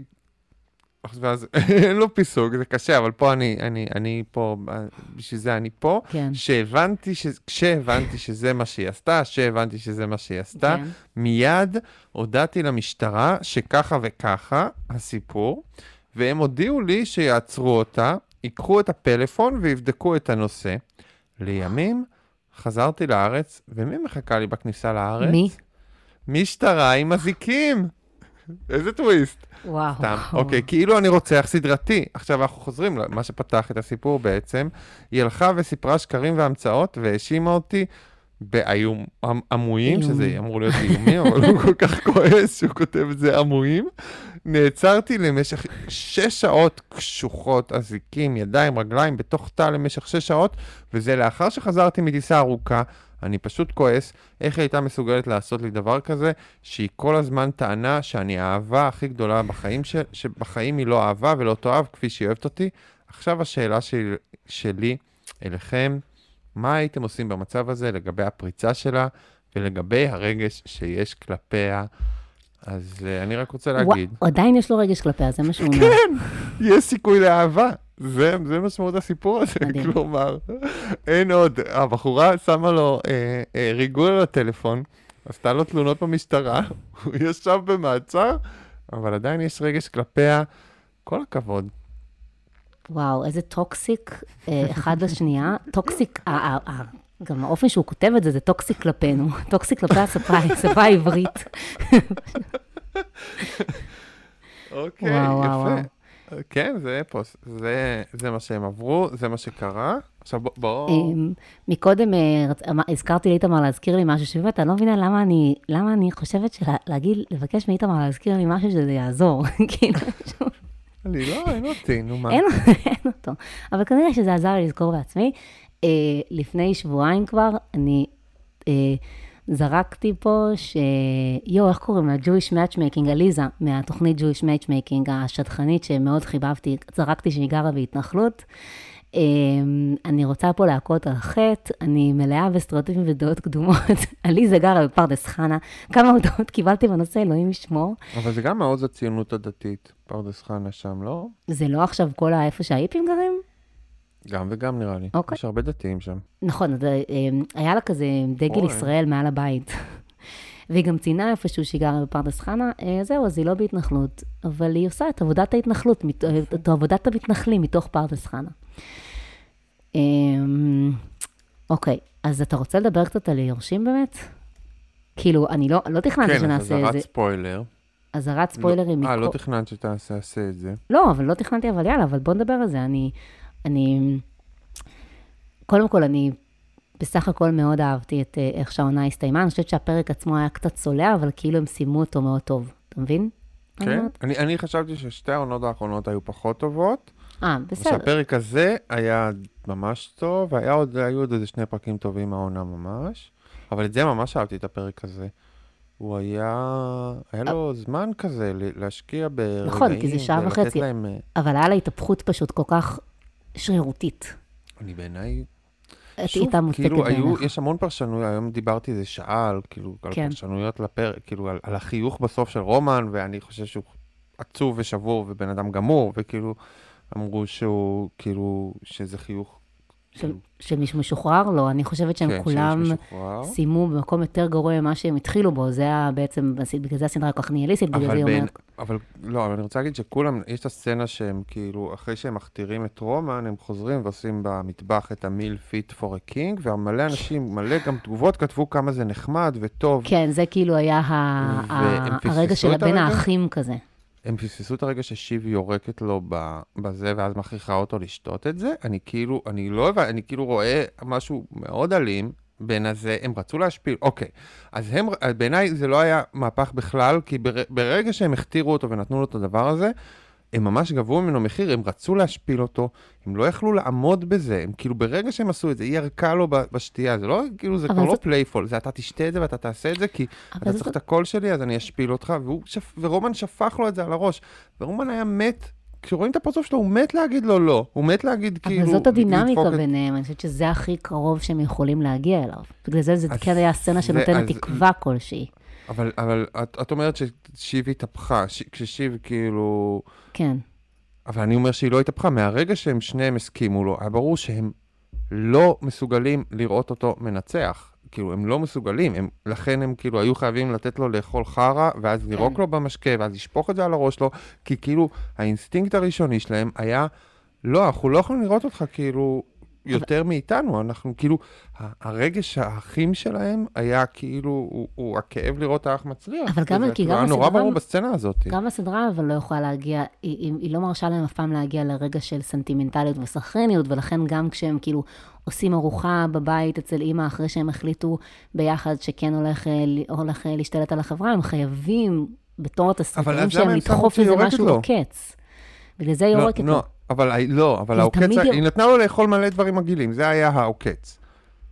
ואז אין לו פיסוג, זה קשה, אבל פה אני, אני, אני פה, בשביל זה אני פה. כן. שהבנתי, ש... כשהבנתי שזה מה שהיא עשתה, שהבנתי שזה מה שהיא עשתה, כן. מיד הודעתי למשטרה שככה וככה הסיפור, והם הודיעו לי שיעצרו אותה, ייקחו את הפלאפון ויבדקו את הנושא. לימים חזרתי לארץ, ומי מחכה לי בכניסה לארץ? מי? משטרה עם מזיקים. איזה טוויסט. וואו. סתם, אוקיי, כאילו אני רוצח סדרתי. עכשיו אנחנו חוזרים למה שפתח את הסיפור בעצם. היא הלכה וסיפרה שקרים והמצאות, והאשימה אותי בעמויים, שזה אמור להיות איומים, אבל הוא כל כך כועס שהוא כותב את זה עמויים. נעצרתי למשך שש שעות קשוחות, אזיקים, ידיים, רגליים, בתוך תא למשך שש שעות, וזה לאחר שחזרתי מטיסה ארוכה, אני פשוט כועס, איך היא הייתה מסוגלת לעשות לי דבר כזה, שהיא כל הזמן טענה שאני האהבה הכי גדולה בחיים, ש... שבחיים היא לא אהבה ולא תאהב כפי שהיא אוהבת אותי. עכשיו השאלה של... שלי אליכם, מה הייתם עושים במצב הזה לגבי הפריצה שלה, ולגבי הרגש שיש כלפיה? אז uh, אני רק רוצה להגיד. ווא, עדיין יש לו רגש כלפיה, זה מה שהוא אומר. כן, יש סיכוי לאהבה. זה, זה משמעות הסיפור הזה, מדהים. כלומר, אין עוד. הבחורה שמה לו אה, אה, ריגול על הטלפון, עשתה לו תלונות במשטרה, הוא ישב במעצר, אבל עדיין יש רגש כלפיה. כל הכבוד. וואו, איזה טוקסיק אה, אחד לשנייה. טוקסיק, אה, אה, אה. גם האופן שהוא כותב את זה, זה טוקסיק כלפינו. טוקסיק כלפי השפה העברית. אוקיי, יפה. כן, זה אפוס. זה מה שהם עברו, זה מה שקרה. עכשיו בואו... מקודם הזכרתי לאיתמר להזכיר לי משהו, שבאמת, אני לא מבינה למה אני חושבת שלהגיד, לבקש מאיתמר להזכיר לי משהו שזה יעזור. אני לא, אין אותי, נו מה. אין אותו. אבל כנראה שזה עזר לי לזכור בעצמי. לפני שבועיים כבר, אני זרקתי פה ש... יו, איך קוראים לה? Jewish Matchmaking, עליזה, מהתוכנית Jewish Matchmaking, השטחנית שמאוד חיבבתי, זרקתי שהיא גרה בהתנחלות. אני רוצה פה להכות על חטא, אני מלאה בסטריאוטיפים ודעות קדומות. עליזה גרה בפרדס חנה, כמה הודעות קיבלתי בנושא, אלוהים ישמור. אבל זה גם מאוד הציונות הדתית, פרדס חנה שם, לא? זה לא עכשיו כל האיפה שהאיפים גרים? גם וגם נראה לי. Okay. יש הרבה דתיים שם. נכון, היה לה כזה דגל ישראל מעל הבית. והיא גם ציינה איפשהו שהיא גרה בפרדס חנה, זהו, אז היא לא בהתנחלות, אבל היא עושה את עבודת ההתנחלות, את עבודת המתנחלים מתוך פרדס חנה. אוקיי, אז אתה רוצה לדבר קצת על יורשים באמת? כאילו, אני לא, לא תכננתי שנעשה את זה. כן, אז אזהרת ספוילר. אזהרת ספוילרים. אה, לא תכננת שתעשה את זה. לא, אבל לא תכננתי, אבל יאללה, אבל בוא נדבר על זה. אני... אני, קודם כל, אני בסך הכל מאוד אהבתי את איך שהעונה הסתיימה. אני חושבת שהפרק עצמו היה קצת צולע, אבל כאילו הם סיימו אותו מאוד טוב. אתה מבין? כן. אני, אני חשבתי ששתי העונות האחרונות היו פחות טובות. אה, בסדר. שהפרק הזה היה ממש טוב, והיה עוד, היו עוד איזה שני פרקים טובים מהעונה ממש. אבל את זה ממש אהבתי את הפרק הזה. הוא היה, היה לו זמן כזה להשקיע ברגעים. נכון, כי זה שעה וחצי. להם... אבל היה לה התהפכות פשוט כל כך שרירותית. אני בעיניי, שוב, כאילו היו, יש המון פרשנויות, היום דיברתי איזה שעה על, כאילו, כן. על פרשנויות לפרק, כאילו על, על החיוך בסוף של רומן, ואני חושב שהוא עצוב ושבור ובן אדם גמור, וכאילו אמרו שהוא, כאילו, שזה חיוך. של, של מישהו משוחרר? לא, אני חושבת שהם כן, כולם סיימו במקום יותר גרוע ממה שהם התחילו בו, זה היה בעצם, בגלל זה הסדרה כל כך ניהליסטית, בגלל זה היא אומרת. אבל לא, אבל אני רוצה להגיד שכולם, יש את הסצנה שהם כאילו, אחרי שהם מכתירים את רומן, הם חוזרים ועושים במטבח את המיל פיט פור a king, והמלא אנשים, מלא גם תגובות כתבו כמה זה נחמד וטוב. כן, זה כאילו היה הרגע של בין האחים כזה. הם פספסו את הרגע ששיב יורקת לו בזה, ואז מכריחה אותו לשתות את זה. אני כאילו, אני לא אוהב, אני כאילו רואה משהו מאוד אלים בין הזה, הם רצו להשפיל, אוקיי. אז הם, בעיניי זה לא היה מהפך בכלל, כי ברגע שהם הכתירו אותו ונתנו לו את הדבר הזה, הם ממש גבו ממנו מחיר, הם רצו להשפיל אותו, הם לא יכלו לעמוד בזה, הם כאילו ברגע שהם עשו את זה, היא ירקה לו בשתייה, זה לא, כאילו זה כבר לא פלייפול, זה אתה תשתה את זה ואתה תעשה את זה, כי אתה צריך את הקול שלי, אז אני אשפיל אותך, ורומן שפך לו את זה על הראש, ורומן היה מת, כשרואים את הפרצוף שלו, הוא מת להגיד לו לא, הוא מת להגיד כאילו... אבל זאת הדינמיקה ביניהם, אני חושבת שזה הכי קרוב שהם יכולים להגיע אליו, בגלל זה זה כן היה הסצנה שנותנת תקווה כלשהי. אבל, אבל את, את אומרת ששיב התהפכה, ש, כששיב כאילו... כן. אבל אני אומר שהיא לא התהפכה, מהרגע שהם שניהם הסכימו לו, היה ברור שהם לא מסוגלים לראות אותו מנצח. כאילו, הם לא מסוגלים, הם, לכן הם כאילו היו חייבים לתת לו לאכול חרה, ואז לירוק לו במשקה, ואז לשפוך את זה על הראש לו, כי כאילו, האינסטינקט הראשוני שלהם היה, לא, אנחנו לא יכולים לראות אותך כאילו... יותר אבל... מאיתנו, אנחנו כאילו, הרגש האחים שלהם היה כאילו, הוא, הוא הכאב לראות האח מצליח. אבל גם, כי גם הסדרה... נורא ברור בסצנה הזאת. גם הסדרה אבל לא יכולה להגיע, היא, היא לא מרשה להם אף פעם להגיע לרגע של סנטימנטליות וסחרניות, ולכן גם כשהם כאילו עושים ארוחה בבית אצל אמא, אחרי שהם החליטו ביחד שכן הולך, הולך להשתלט על החברה, הם חייבים בתור התסריטים שהם לדחוף איזה משהו בקץ. בגלל זה יורקת לו. אבל לא, אבל העוקץ, היא נתנה לו לאכול מלא דברים מגעילים, זה היה העוקץ.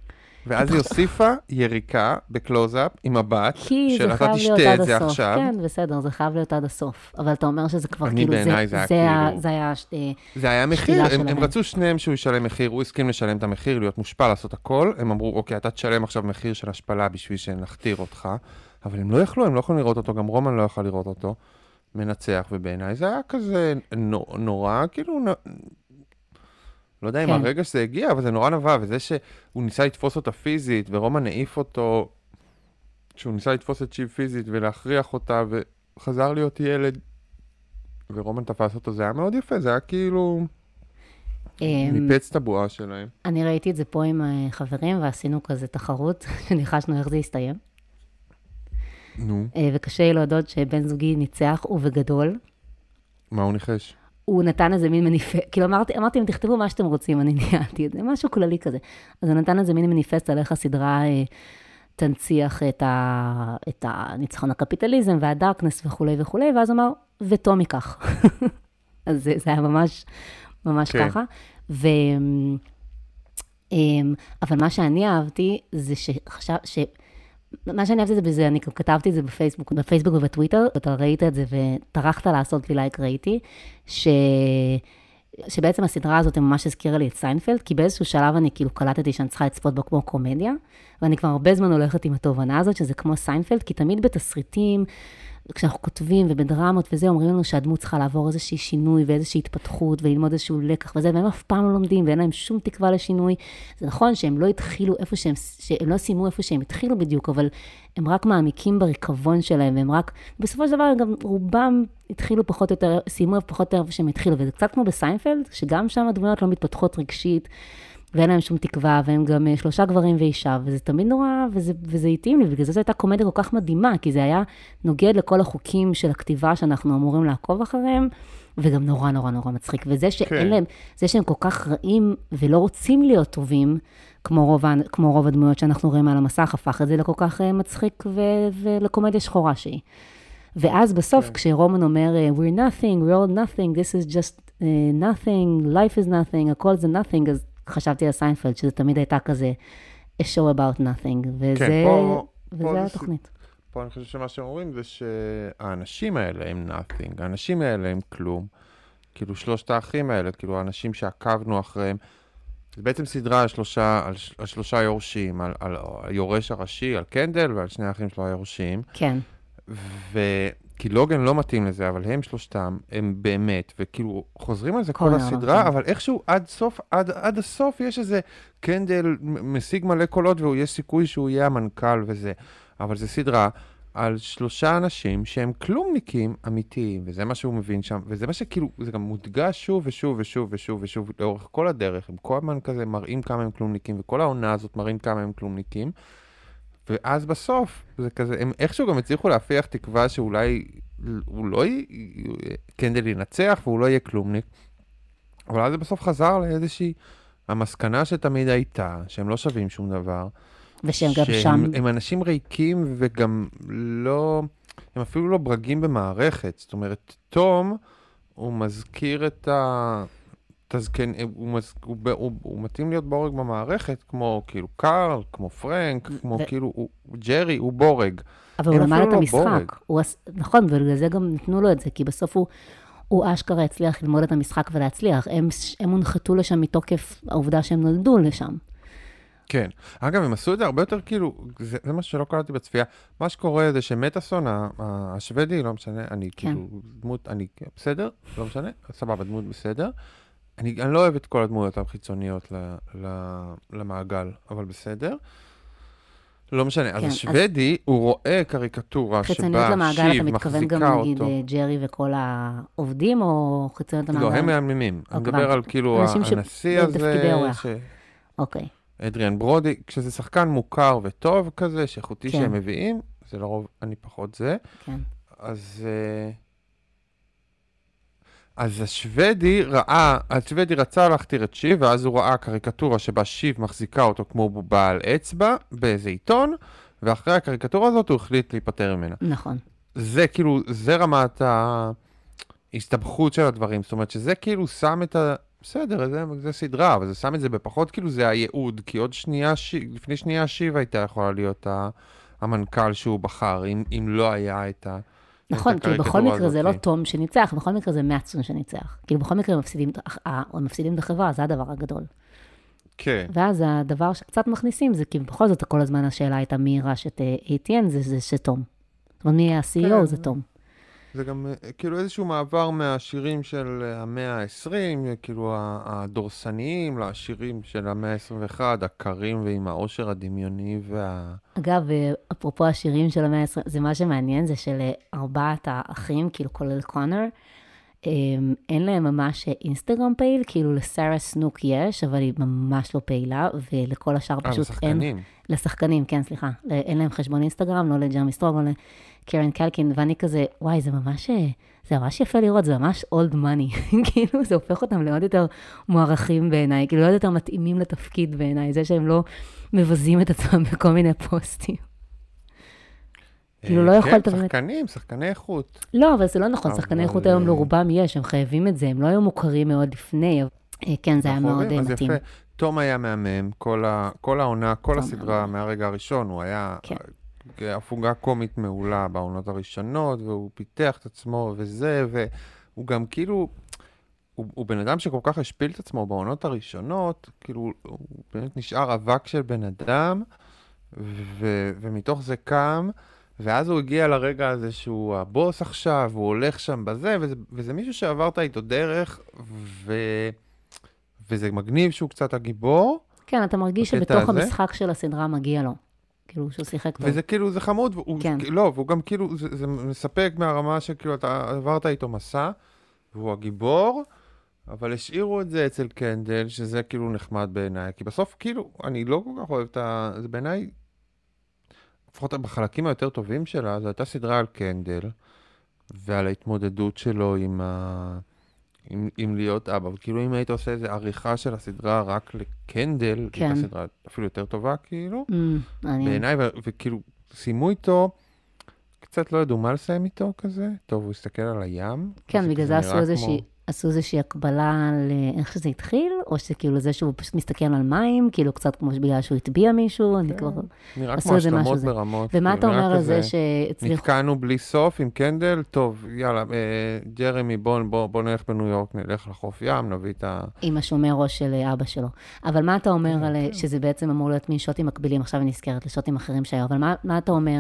ואז היא הוסיפה יריקה בקלוזאפ עם מבט, כי זה חייב להיות עד הסוף. כן, בסדר, זה חייב להיות עד הסוף. אבל אתה אומר שזה כבר כאילו, זה היה... זה היה מחיר, הם רצו שניהם שהוא ישלם מחיר, הוא הסכים לשלם את המחיר, להיות מושפע, לעשות הכל, הם אמרו, אוקיי, אתה תשלם עכשיו מחיר של השפלה בשביל שנכתיר אותך, אבל הם לא יכלו, הם לא יכולים לראות אותו, גם רומן לא יכול לראות אותו, מנצח, ובעיניי זה היה כזה נורא, כאילו... לא יודע אם הרגע שזה הגיע, אבל זה נורא נבע, וזה שהוא ניסה לתפוס אותה פיזית, ורומן העיף אותו, שהוא ניסה לתפוס את שיב פיזית ולהכריח אותה, וחזר להיות ילד, ורומן תפס אותו, זה היה מאוד יפה, זה היה כאילו ניפץ את הבועה שלהם. אני ראיתי את זה פה עם חברים, ועשינו כזה תחרות, שניחשנו איך זה יסתיים. נו. וקשה לי להודות שבן זוגי ניצח, ובגדול. מה הוא ניחש? הוא נתן איזה מין מניפסט, כאילו אמרתי, אמרתי, אם תכתבו מה שאתם רוצים, אני ניהלתי את זה, משהו כללי כזה. אז הוא נתן איזה מין מניפסט על איך הסדרה אה, תנציח את, ה, את הניצחון הקפיטליזם והדארקנס וכו' וכו', ואז הוא אמר, וטום ייקח. אז זה, זה היה ממש, ממש כן. ככה. ו, אה, אבל מה שאני אהבתי, זה שחשב, ש... מה שאני אהבתי זה בזה, אני כתבתי את זה בפייסבוק, בפייסבוק ובטוויטר, אתה ראית את זה וטרחת לעשות לי לייק, ראיתי, ש... שבעצם הסדרה הזאת ממש הזכירה לי את סיינפלד, כי באיזשהו שלב אני כאילו קלטתי שאני צריכה לצפות בה כמו קומדיה, ואני כבר הרבה זמן הולכת עם התובנה הזאת, שזה כמו סיינפלד, כי תמיד בתסריטים, כשאנחנו כותבים ובדרמות וזה, אומרים לנו שהדמות צריכה לעבור איזושהי שינוי ואיזושהי התפתחות, וללמוד איזשהו לקח וזה, והם אף פעם לא לומדים, ואין להם שום תקווה לשינוי. זה נכון שהם לא התחילו איפה שהם, שהם לא סיימו איפה שהם התחילו בדיוק, אבל הם רק מעמיקים בריקבון שלהם, והם רק, בסופו של דבר גם רובם התחילו פחות או יותר, סיימו פחות או יותר איפה שהם התחילו, וזה קצת כמו בסיינפלד, שגם שם הדמויות לא מתפתחות רגשית, ואין להם שום תקווה, והם גם שלושה גברים ואישה, וזה תמיד נורא, וזה, וזה התאים לי, ובגלל זה זו הייתה קומדיה כל כך מדהימה, כי זה היה נוגד לכל החוקים של הכתיבה שאנחנו אמורים לעקוב אחריהם, וגם נורא נורא נורא מצחיק. וזה שאין להם, זה שהם כל כך רעים ולא רוצים להיות טובים, כמו רוב, כמו רוב הדמויות שאנחנו רואים על המסך, הפך את זה לכל כך מצחיק ו, ולקומדיה שחורה שהיא. ואז בסוף, כן. כשרומן אומר, we're nothing, we're all nothing, this is just uh, nothing, life is nothing, הכל זה nothing, אז חשבתי על סיינפלד, שזה תמיד הייתה כזה, a show about nothing, וזה, כן, פה, וזה פה התוכנית. פה אני חושב שמה שהם אומרים זה שהאנשים האלה הם nothing, האנשים האלה הם כלום, כאילו שלושת האחים האלה, כאילו האנשים שעקבנו אחריהם, זה בעצם סדרה על שלושה, על, על שלושה יורשים, על, על היורש הראשי, על קנדל, ועל שני האחים שלו היורשים. כן. ו... כי לוגן לא מתאים לזה, אבל הם שלושתם, הם באמת, וכאילו חוזרים על זה כל הסדרה, אבל איכשהו עד סוף, עד, עד הסוף יש איזה קנדל משיג מלא קולות, ויש סיכוי שהוא יהיה המנכ"ל וזה. אבל זה סדרה על שלושה אנשים שהם כלומניקים אמיתיים, וזה מה שהוא מבין שם, וזה מה שכאילו, זה גם מודגש שוב ושוב ושוב ושוב ושוב, לאורך כל הדרך, הם כל הזמן כזה מראים כמה הם כלומניקים, וכל העונה הזאת מראים כמה הם כלומניקים, ואז בסוף, זה כזה, הם איכשהו גם הצליחו להפיח תקווה שאולי הוא לא יהיה, קנדל ינצח והוא לא יהיה כלומניק, אבל אז זה בסוף חזר לאיזושהי, המסקנה שתמיד הייתה, שהם לא שווים שום דבר, ושהם גם שם. הם אנשים ריקים וגם לא, הם אפילו לא ברגים במערכת, זאת אומרת, תום, הוא מזכיר את ה... תזכן, הוא, מז... הוא, הוא, הוא מתאים להיות בורג במערכת, כמו כאילו קארל, כמו פרנק, כמו ו... כאילו, הוא, ג'רי, הוא בורג. אבל הוא למד את המשחק. הוא, נכון, ובגלל זה גם נתנו לו את זה, כי בסוף הוא, הוא אשכרה הצליח ללמוד את המשחק ולהצליח. הם, הם הונחתו לשם מתוקף העובדה שהם נולדו לשם. כן. אגב, הם עשו את זה הרבה יותר כאילו, זה, זה מה שלא קראתי בצפייה. מה שקורה זה שמטאסון, השוודי, לא משנה, אני כן. כאילו, דמות, אני בסדר, לא משנה, סבבה, דמות בסדר. אני, אני לא אוהב את כל הדמויות החיצוניות ל, ל, למעגל, אבל בסדר. לא משנה, כן, אז השוודי, אז... הוא רואה קריקטורה שבה שיב מחזיקה אותו. חיצוניות למעגל, אתה מתכוון גם נגיד ג'רי וכל העובדים, או חיצוניות למעגל? לא, הם מהממים. אני מדבר על כאילו הנשיא הזה. ש... אוקיי. אדריאן ברודי, כשזה שחקן מוכר וטוב כזה, שאיכותי כן. שהם מביאים, זה לרוב, אני פחות זה. כן. אז... אז השוודי ראה, השוודי רצה להכתיר את שיב, ואז הוא ראה קריקטורה שבה שיב מחזיקה אותו כמו בעל אצבע, באיזה עיתון, ואחרי הקריקטורה הזאת הוא החליט להיפטר ממנה. נכון. זה כאילו, זה רמת ההסתבכות של הדברים, זאת אומרת שזה כאילו שם את, ה, בסדר, זה, זה סדרה, אבל זה שם את זה בפחות, כאילו זה הייעוד, כי עוד שנייה, ש... לפני שנייה שיב הייתה יכולה להיות ה... המנכ"ל שהוא בחר, אם, אם לא היה את ה... נכון, כי בכל מקרה זה לא תום שניצח, בכל מקרה זה מאצון שניצח. כאילו בכל מקרה הם מפסידים, הם מפסידים את החברה, זה הדבר הגדול. כן. ואז הדבר שקצת מכניסים, זה כי בכל זאת כל הזמן השאלה הייתה מי ירש את איי טי אן, זה, זה שתום. זאת אומרת, מי יהיה ה-סי אי או, זה תום. זה גם כאילו איזשהו מעבר מהשירים של המאה ה-עשרים, כאילו הדורסניים, לשירים של המאה ה-עשרים ואחת, הקרים ועם העושר הדמיוני וה... אגב, אפרופו השירים של המאה ה-עשרים, זה מה שמעניין, זה של ארבעת האחים, כאילו כולל קונר, אין להם ממש אינסטגרם פעיל, כאילו לסרה סנוק יש, אבל היא ממש לא פעילה, ולכל השאר פשוט אין... אה, לשחקנים. לשחקנים, כן, סליחה. אין להם חשבון אינסטגרם, לא לג'רמי סטרוג, לא לקרן קלקין, ואני כזה, וואי, זה ממש, זה ממש יפה לראות, זה ממש old money. כאילו, זה הופך אותם לעוד יותר מוערכים בעיניי, כאילו, עוד יותר מתאימים לתפקיד בעיניי, זה שהם לא מבזים את עצמם בכל מיני פוסטים. כאילו לא יכולת... כן, שחקנים, שחקני איכות. לא, אבל זה לא נכון, שחקני איכות היום לרובם יש, הם חייבים את זה, הם לא היו מוכרים מאוד לפני, כן, זה היה מאוד מתאים. תום היה מהמם, כל העונה, כל הסדרה מהרגע הראשון, הוא היה הפוגה קומית מעולה בעונות הראשונות, והוא פיתח את עצמו וזה, והוא גם כאילו, הוא בן אדם שכל כך השפיל את עצמו בעונות הראשונות, כאילו, הוא באמת נשאר אבק של בן אדם, ומתוך זה קם, ואז הוא הגיע לרגע הזה שהוא הבוס עכשיו, הוא הולך שם בזה, וזה, וזה מישהו שעברת איתו דרך, ו... וזה מגניב שהוא קצת הגיבור. כן, אתה מרגיש שבתוך הזה. המשחק של הסדרה מגיע לו. כאילו, שהוא שיחק טוב. וזה כאילו, זה חמוד, והוא, כן. לא, והוא גם כאילו, זה, זה מספק מהרמה שכאילו, אתה עברת איתו מסע, והוא הגיבור, אבל השאירו את זה אצל קנדל, שזה כאילו נחמד בעיניי, כי בסוף כאילו, אני לא כל כך אוהב את ה... זה בעיניי, לפחות בחלקים היותר טובים שלה, זו הייתה סדרה על קנדל, ועל ההתמודדות שלו עם, ה... עם, עם להיות אבא. וכאילו אם היית עושה איזו עריכה של הסדרה רק לקנדל, כן. הייתה סדרה אפילו יותר טובה, כאילו, mm, בעיניי, ו... וכאילו סיימו איתו, קצת לא ידעו מה לסיים איתו כזה, טוב, הוא הסתכל על הים. כן, בגלל זה עשו איזושהי... כמו... עשו איזושהי הקבלה לאיך שזה התחיל, או שכאילו זה שהוא פשוט מסתכל על מים, כאילו קצת כמו בגלל שהוא הטביע מישהו, אני כבר... נראה כמו השלמות ברמות. ומה אתה אומר על זה שהצליחו? נתקענו בלי סוף עם קנדל, טוב, יאללה, ג'רמי, בוא נלך בניו יורק, נלך לחוף ים, נביא את ה... עם השומר ראש של אבא שלו. אבל מה אתה אומר על שזה בעצם אמור להיות מין שוטים מקבילים, עכשיו אני נזכרת לשוטים אחרים שהיו, אבל מה אתה אומר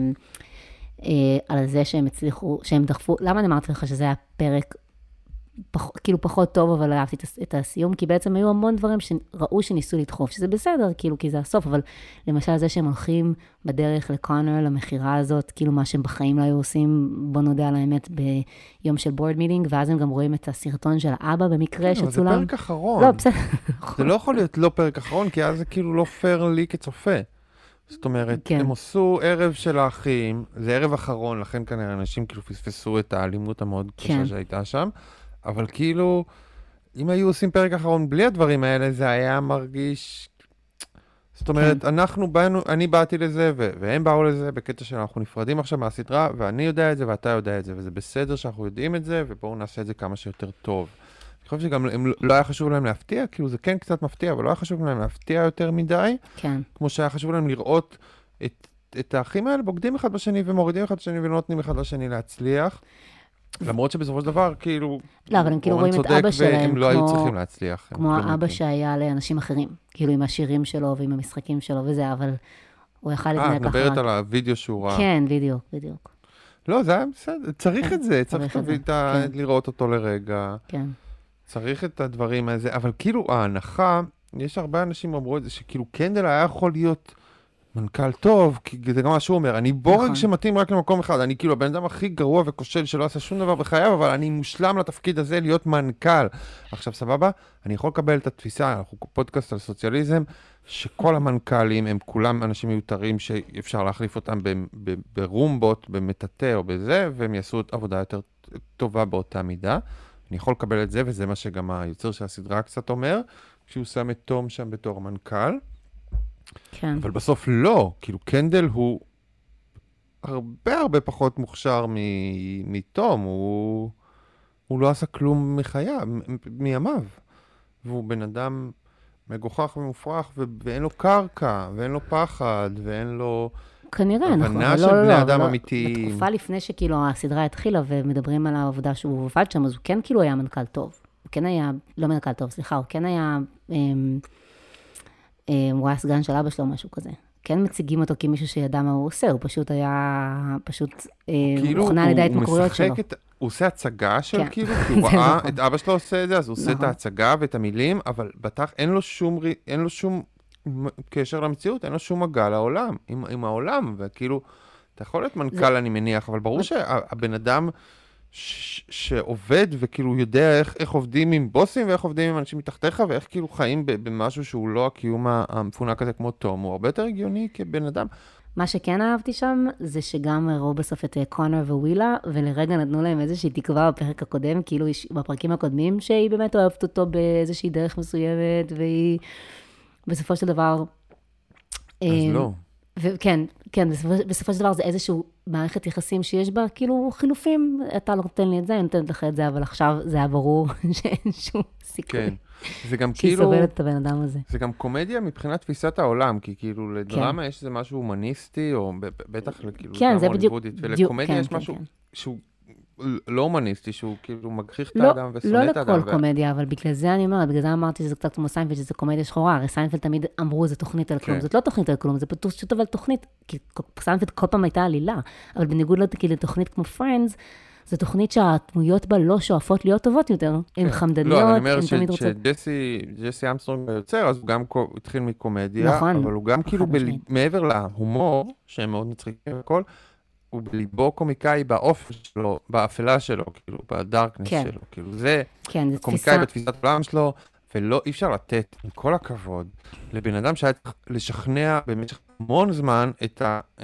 על זה שהם הצליחו, שהם דחפו, למה אני אמרתי לך שזה היה פרק פח, כאילו פחות טוב, אבל אהבתי את, את הסיום, כי בעצם היו המון דברים שראו שניסו לדחוף, שזה בסדר, כאילו, כי זה הסוף, אבל למשל זה שהם הולכים בדרך לקונר, למחירה הזאת, כאילו מה שהם בחיים לא היו עושים, בוא נודע על האמת, ביום של בורד מיטינג, ואז הם גם רואים את הסרטון של האבא במקרה כן, שצולם. זה פרק אחרון. לא, בסדר. זה לא יכול להיות לא פרק אחרון, כי אז זה כאילו לא פייר לי כצופה. זאת אומרת, כן. הם עשו ערב של האחים, זה ערב אחרון, לכן כנראה אנשים כאילו פספסו את האלימות המאוד קשה כן. שהייתה שם, אבל כאילו, אם היו עושים פרק אחרון בלי הדברים האלה, זה היה מרגיש... זאת אומרת, כן. אנחנו באנו, אני באתי לזה, ו- והם באו לזה, בקטע שאנחנו נפרדים עכשיו מהסדרה, ואני יודע את זה, ואתה יודע את זה, וזה בסדר שאנחנו יודעים את זה, ובואו נעשה את זה כמה שיותר טוב. אני חושב שגם הם לא היה חשוב להם להפתיע, כאילו זה כן קצת מפתיע, אבל לא היה חשוב להם להפתיע יותר מדי, כן. כמו שהיה חשוב להם לראות את, את האחים האלה בוגדים אחד בשני, ומורידים אחד בשני, ולא נותנים אחד לשני להצליח. למרות שבסופו של דבר, כאילו... לא, אבל הם כאילו רואים את אבא שלהם, והם לא היו צריכים להצליח. כמו האבא שהיה לאנשים אחרים, כאילו עם השירים שלו ועם המשחקים שלו וזה, אבל הוא יכל להתנהג ככה. אה, את מדברת על הוידאו שהוא ראה. כן, בדיוק, בדיוק. לא, זה היה בסדר, צריך את זה, צריך לראות אותו לרגע. כן. צריך את הדברים הזה, אבל כאילו ההנחה, יש הרבה אנשים אמרו את זה, שכאילו קנדל היה יכול להיות מנכ"ל טוב, כי זה גם מה שהוא אומר, אני בורג שמתאים רק למקום אחד, אני כאילו הבן אדם הכי גרוע וכושל שלא עשה שום דבר בחייו, אבל אני מושלם לתפקיד הזה להיות מנכ"ל. עכשיו סבבה, אני יכול לקבל את התפיסה, אנחנו פודקאסט על סוציאליזם, שכל המנכ"לים הם כולם אנשים מיותרים שאפשר להחליף אותם ברומבות, במטאטה או בזה, והם יעשו את עבודה יותר טובה באותה מידה. אני יכול לקבל את זה, וזה מה שגם היוצר של הסדרה קצת אומר, כשהוא שם את תום שם בתור מנכ"ל. כן. אבל בסוף לא, כאילו קנדל הוא הרבה הרבה פחות מוכשר מתום, הוא, הוא לא עשה כלום מחייו, מימיו. והוא בן אדם מגוחך ומופרך, ו- ואין לו קרקע, ואין לו פחד, ואין לו כנראה, נכון. הבנה של לא, בני לא, אדם לא, אמיתיים. בתקופה לפני שכאילו הסדרה התחילה, ומדברים על העבודה שהוא עובד שם, אז הוא כן כאילו היה מנכ"ל טוב. הוא כן היה, לא מנכ"ל טוב, סליחה, הוא כן היה, אמ, אמ, הוא היה סגן של אבא שלו, משהו כזה. כן מציגים אותו כמישהו שידע מה הוא עושה, הוא פשוט היה, פשוט כאילו מוכנה לידי ההתמכרויות שלו. את, הוא עושה הצגה של כן. כאילו, כי הוא זה ראה נכון. את אבא שלו עושה את זה, אז הוא עושה את נכון. ההצגה ואת המילים, אבל בטח אין לו שום, רי- אין לו שום קשר למציאות, אין לו שום מגע לעולם, עם, עם העולם, וכאילו, אתה יכול להיות מנכ"ל, אני מניח, אבל ברור שהבן אדם ש- שעובד וכאילו יודע איך, איך עובדים עם בוסים ואיך עובדים עם אנשים מתחתיך, ואיך כאילו חיים ב- במשהו שהוא לא הקיום המפונק הזה כמו תום, הוא הרבה יותר הגיוני כבן אדם. מה שכן אהבתי שם, זה שגם ראו בסוף את קונר ווילה, ולרגע נתנו להם איזושהי תקווה בפרק הקודם, כאילו בפרקים הקודמים, שהיא באמת אוהבת אותו באיזושהי דרך מסוימת, והיא בסופו של דבר... אז לא. וכן, כן, בסופו, בסופו של דבר זה איזשהו מערכת יחסים שיש בה, כאילו חילופים, אתה לא נותן לי את זה, אני נותנת לך את זה, אבל עכשיו זה היה ברור שאין שום סיכוי. כן. זה גם שהיא כאילו... סובלת את הבן אדם הזה. זה גם קומדיה מבחינת תפיסת העולם, כי כאילו לדרמה יש איזה משהו הומניסטי, או ב- בטח כאילו כן, זה בדיוק, ולקומדיה כן, יש כן, משהו כן. שהוא לא הומניסטי, שהוא כאילו מגחיך את לא, האדם ושונא לא את האדם. לכל קומדיה, אבל בגלל זה אני אומרת, בגלל זה אמרתי שזה קצת כמו סיינפלד, שזה קומדיה שחורה, הרי סיינפלד תמיד אמרו, זה תוכנית על כלום, כן. זאת לא תוכנית על כלום, זה פשוט אבל תוכנית, כי סיינפלד כל פעם הייתה עלילה, אבל בניגוד לתוכנית כמו פריינדס, זו תוכנית שהדמויות בה לא שואפות להיות טובות יותר, הן חמדניות, לא, אני אומר הן תמיד רוצות. שג'סי אמסטרונג היוצר, אז הוא גם התחיל מקומדיה, נכון, אבל הוא גם כאילו חד בל- משמעית. מעבר להומור, שהם מאוד מצחיקים וכל, הוא בליבו קומיקאי באופן שלו, באפלה שלו, כאילו, בדארקנס כן. שלו, כאילו, זה כן, זו קומיקאי תפיסה, בתפיסת העולם שלו, ולא, אי אפשר לתת, עם כל הכבוד, לבן אדם שהיה צריך לשכנע במשך המון זמן את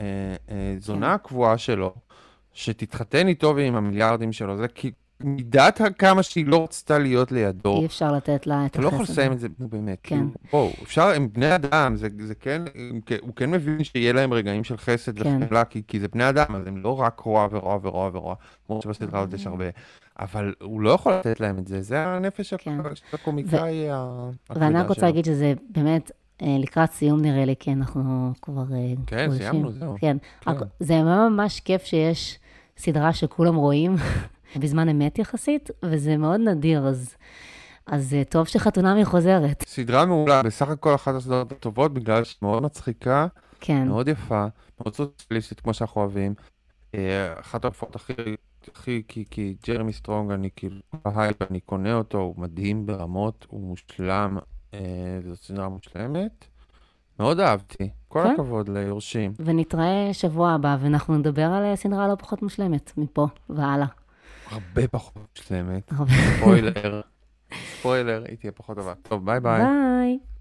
הזונה הקבועה שלו, שתתחתן איתו ועם המיליארדים שלו, זה כי מידת כמה שהיא לא רצתה להיות לידו. אי אפשר לתת לה את אתה לא יכול החסד. לסיים את זה, נו באמת. כן. כאילו, בואו, אפשר, הם בני אדם, זה, זה כן, הם כן- הוא כן מבין שיהיה להם רגעים של חסד כן. וחמלה, כי, כי זה בני אדם, אז הם לא רק רוע ורוע ורוע ורוע, כמו שבסדרה הזאת יש הרבה, אבל הוא לא יכול לתת להם את זה, זה הנפש כן. של הקומיקאי ה- הכבדה ואני רק רוצה שלו. להגיד שזה באמת אה, לקראת סיום נראה לי, כי אנחנו כבר... אה, כן, גולשים. סיימנו, זהו. כן, כן. רק- זה ממש כיף שיש סדרה שכולם רואים, בזמן אמת יחסית, וזה מאוד נדיר, אז, אז אה, טוב שחתונמי חוזרת. סדרה מעולה, בסך הכל אחת הסדרות הטובות, בגלל שהיא מאוד מצחיקה, כן, מאוד יפה, מאוד סוציאליסטית כמו שאנחנו אוהבים. אה, אחת ההופעות הכי, הכי, כי, כי ג'רמי סטרונג, אני כאילו, ההייפ, אני קונה אותו, הוא מדהים ברמות, הוא מושלם, אה, זו סדרה מושלמת. מאוד אהבתי, כל כן. הכבוד ליורשים. ונתראה שבוע הבא, ואנחנו נדבר על אה, סדרה לא פחות מושלמת, מפה והלאה. הרבה פחות מושלמת. הרבה. ספוילר, ספוילר, היא תהיה פחות טובה. טוב, ביי ביי. ביי.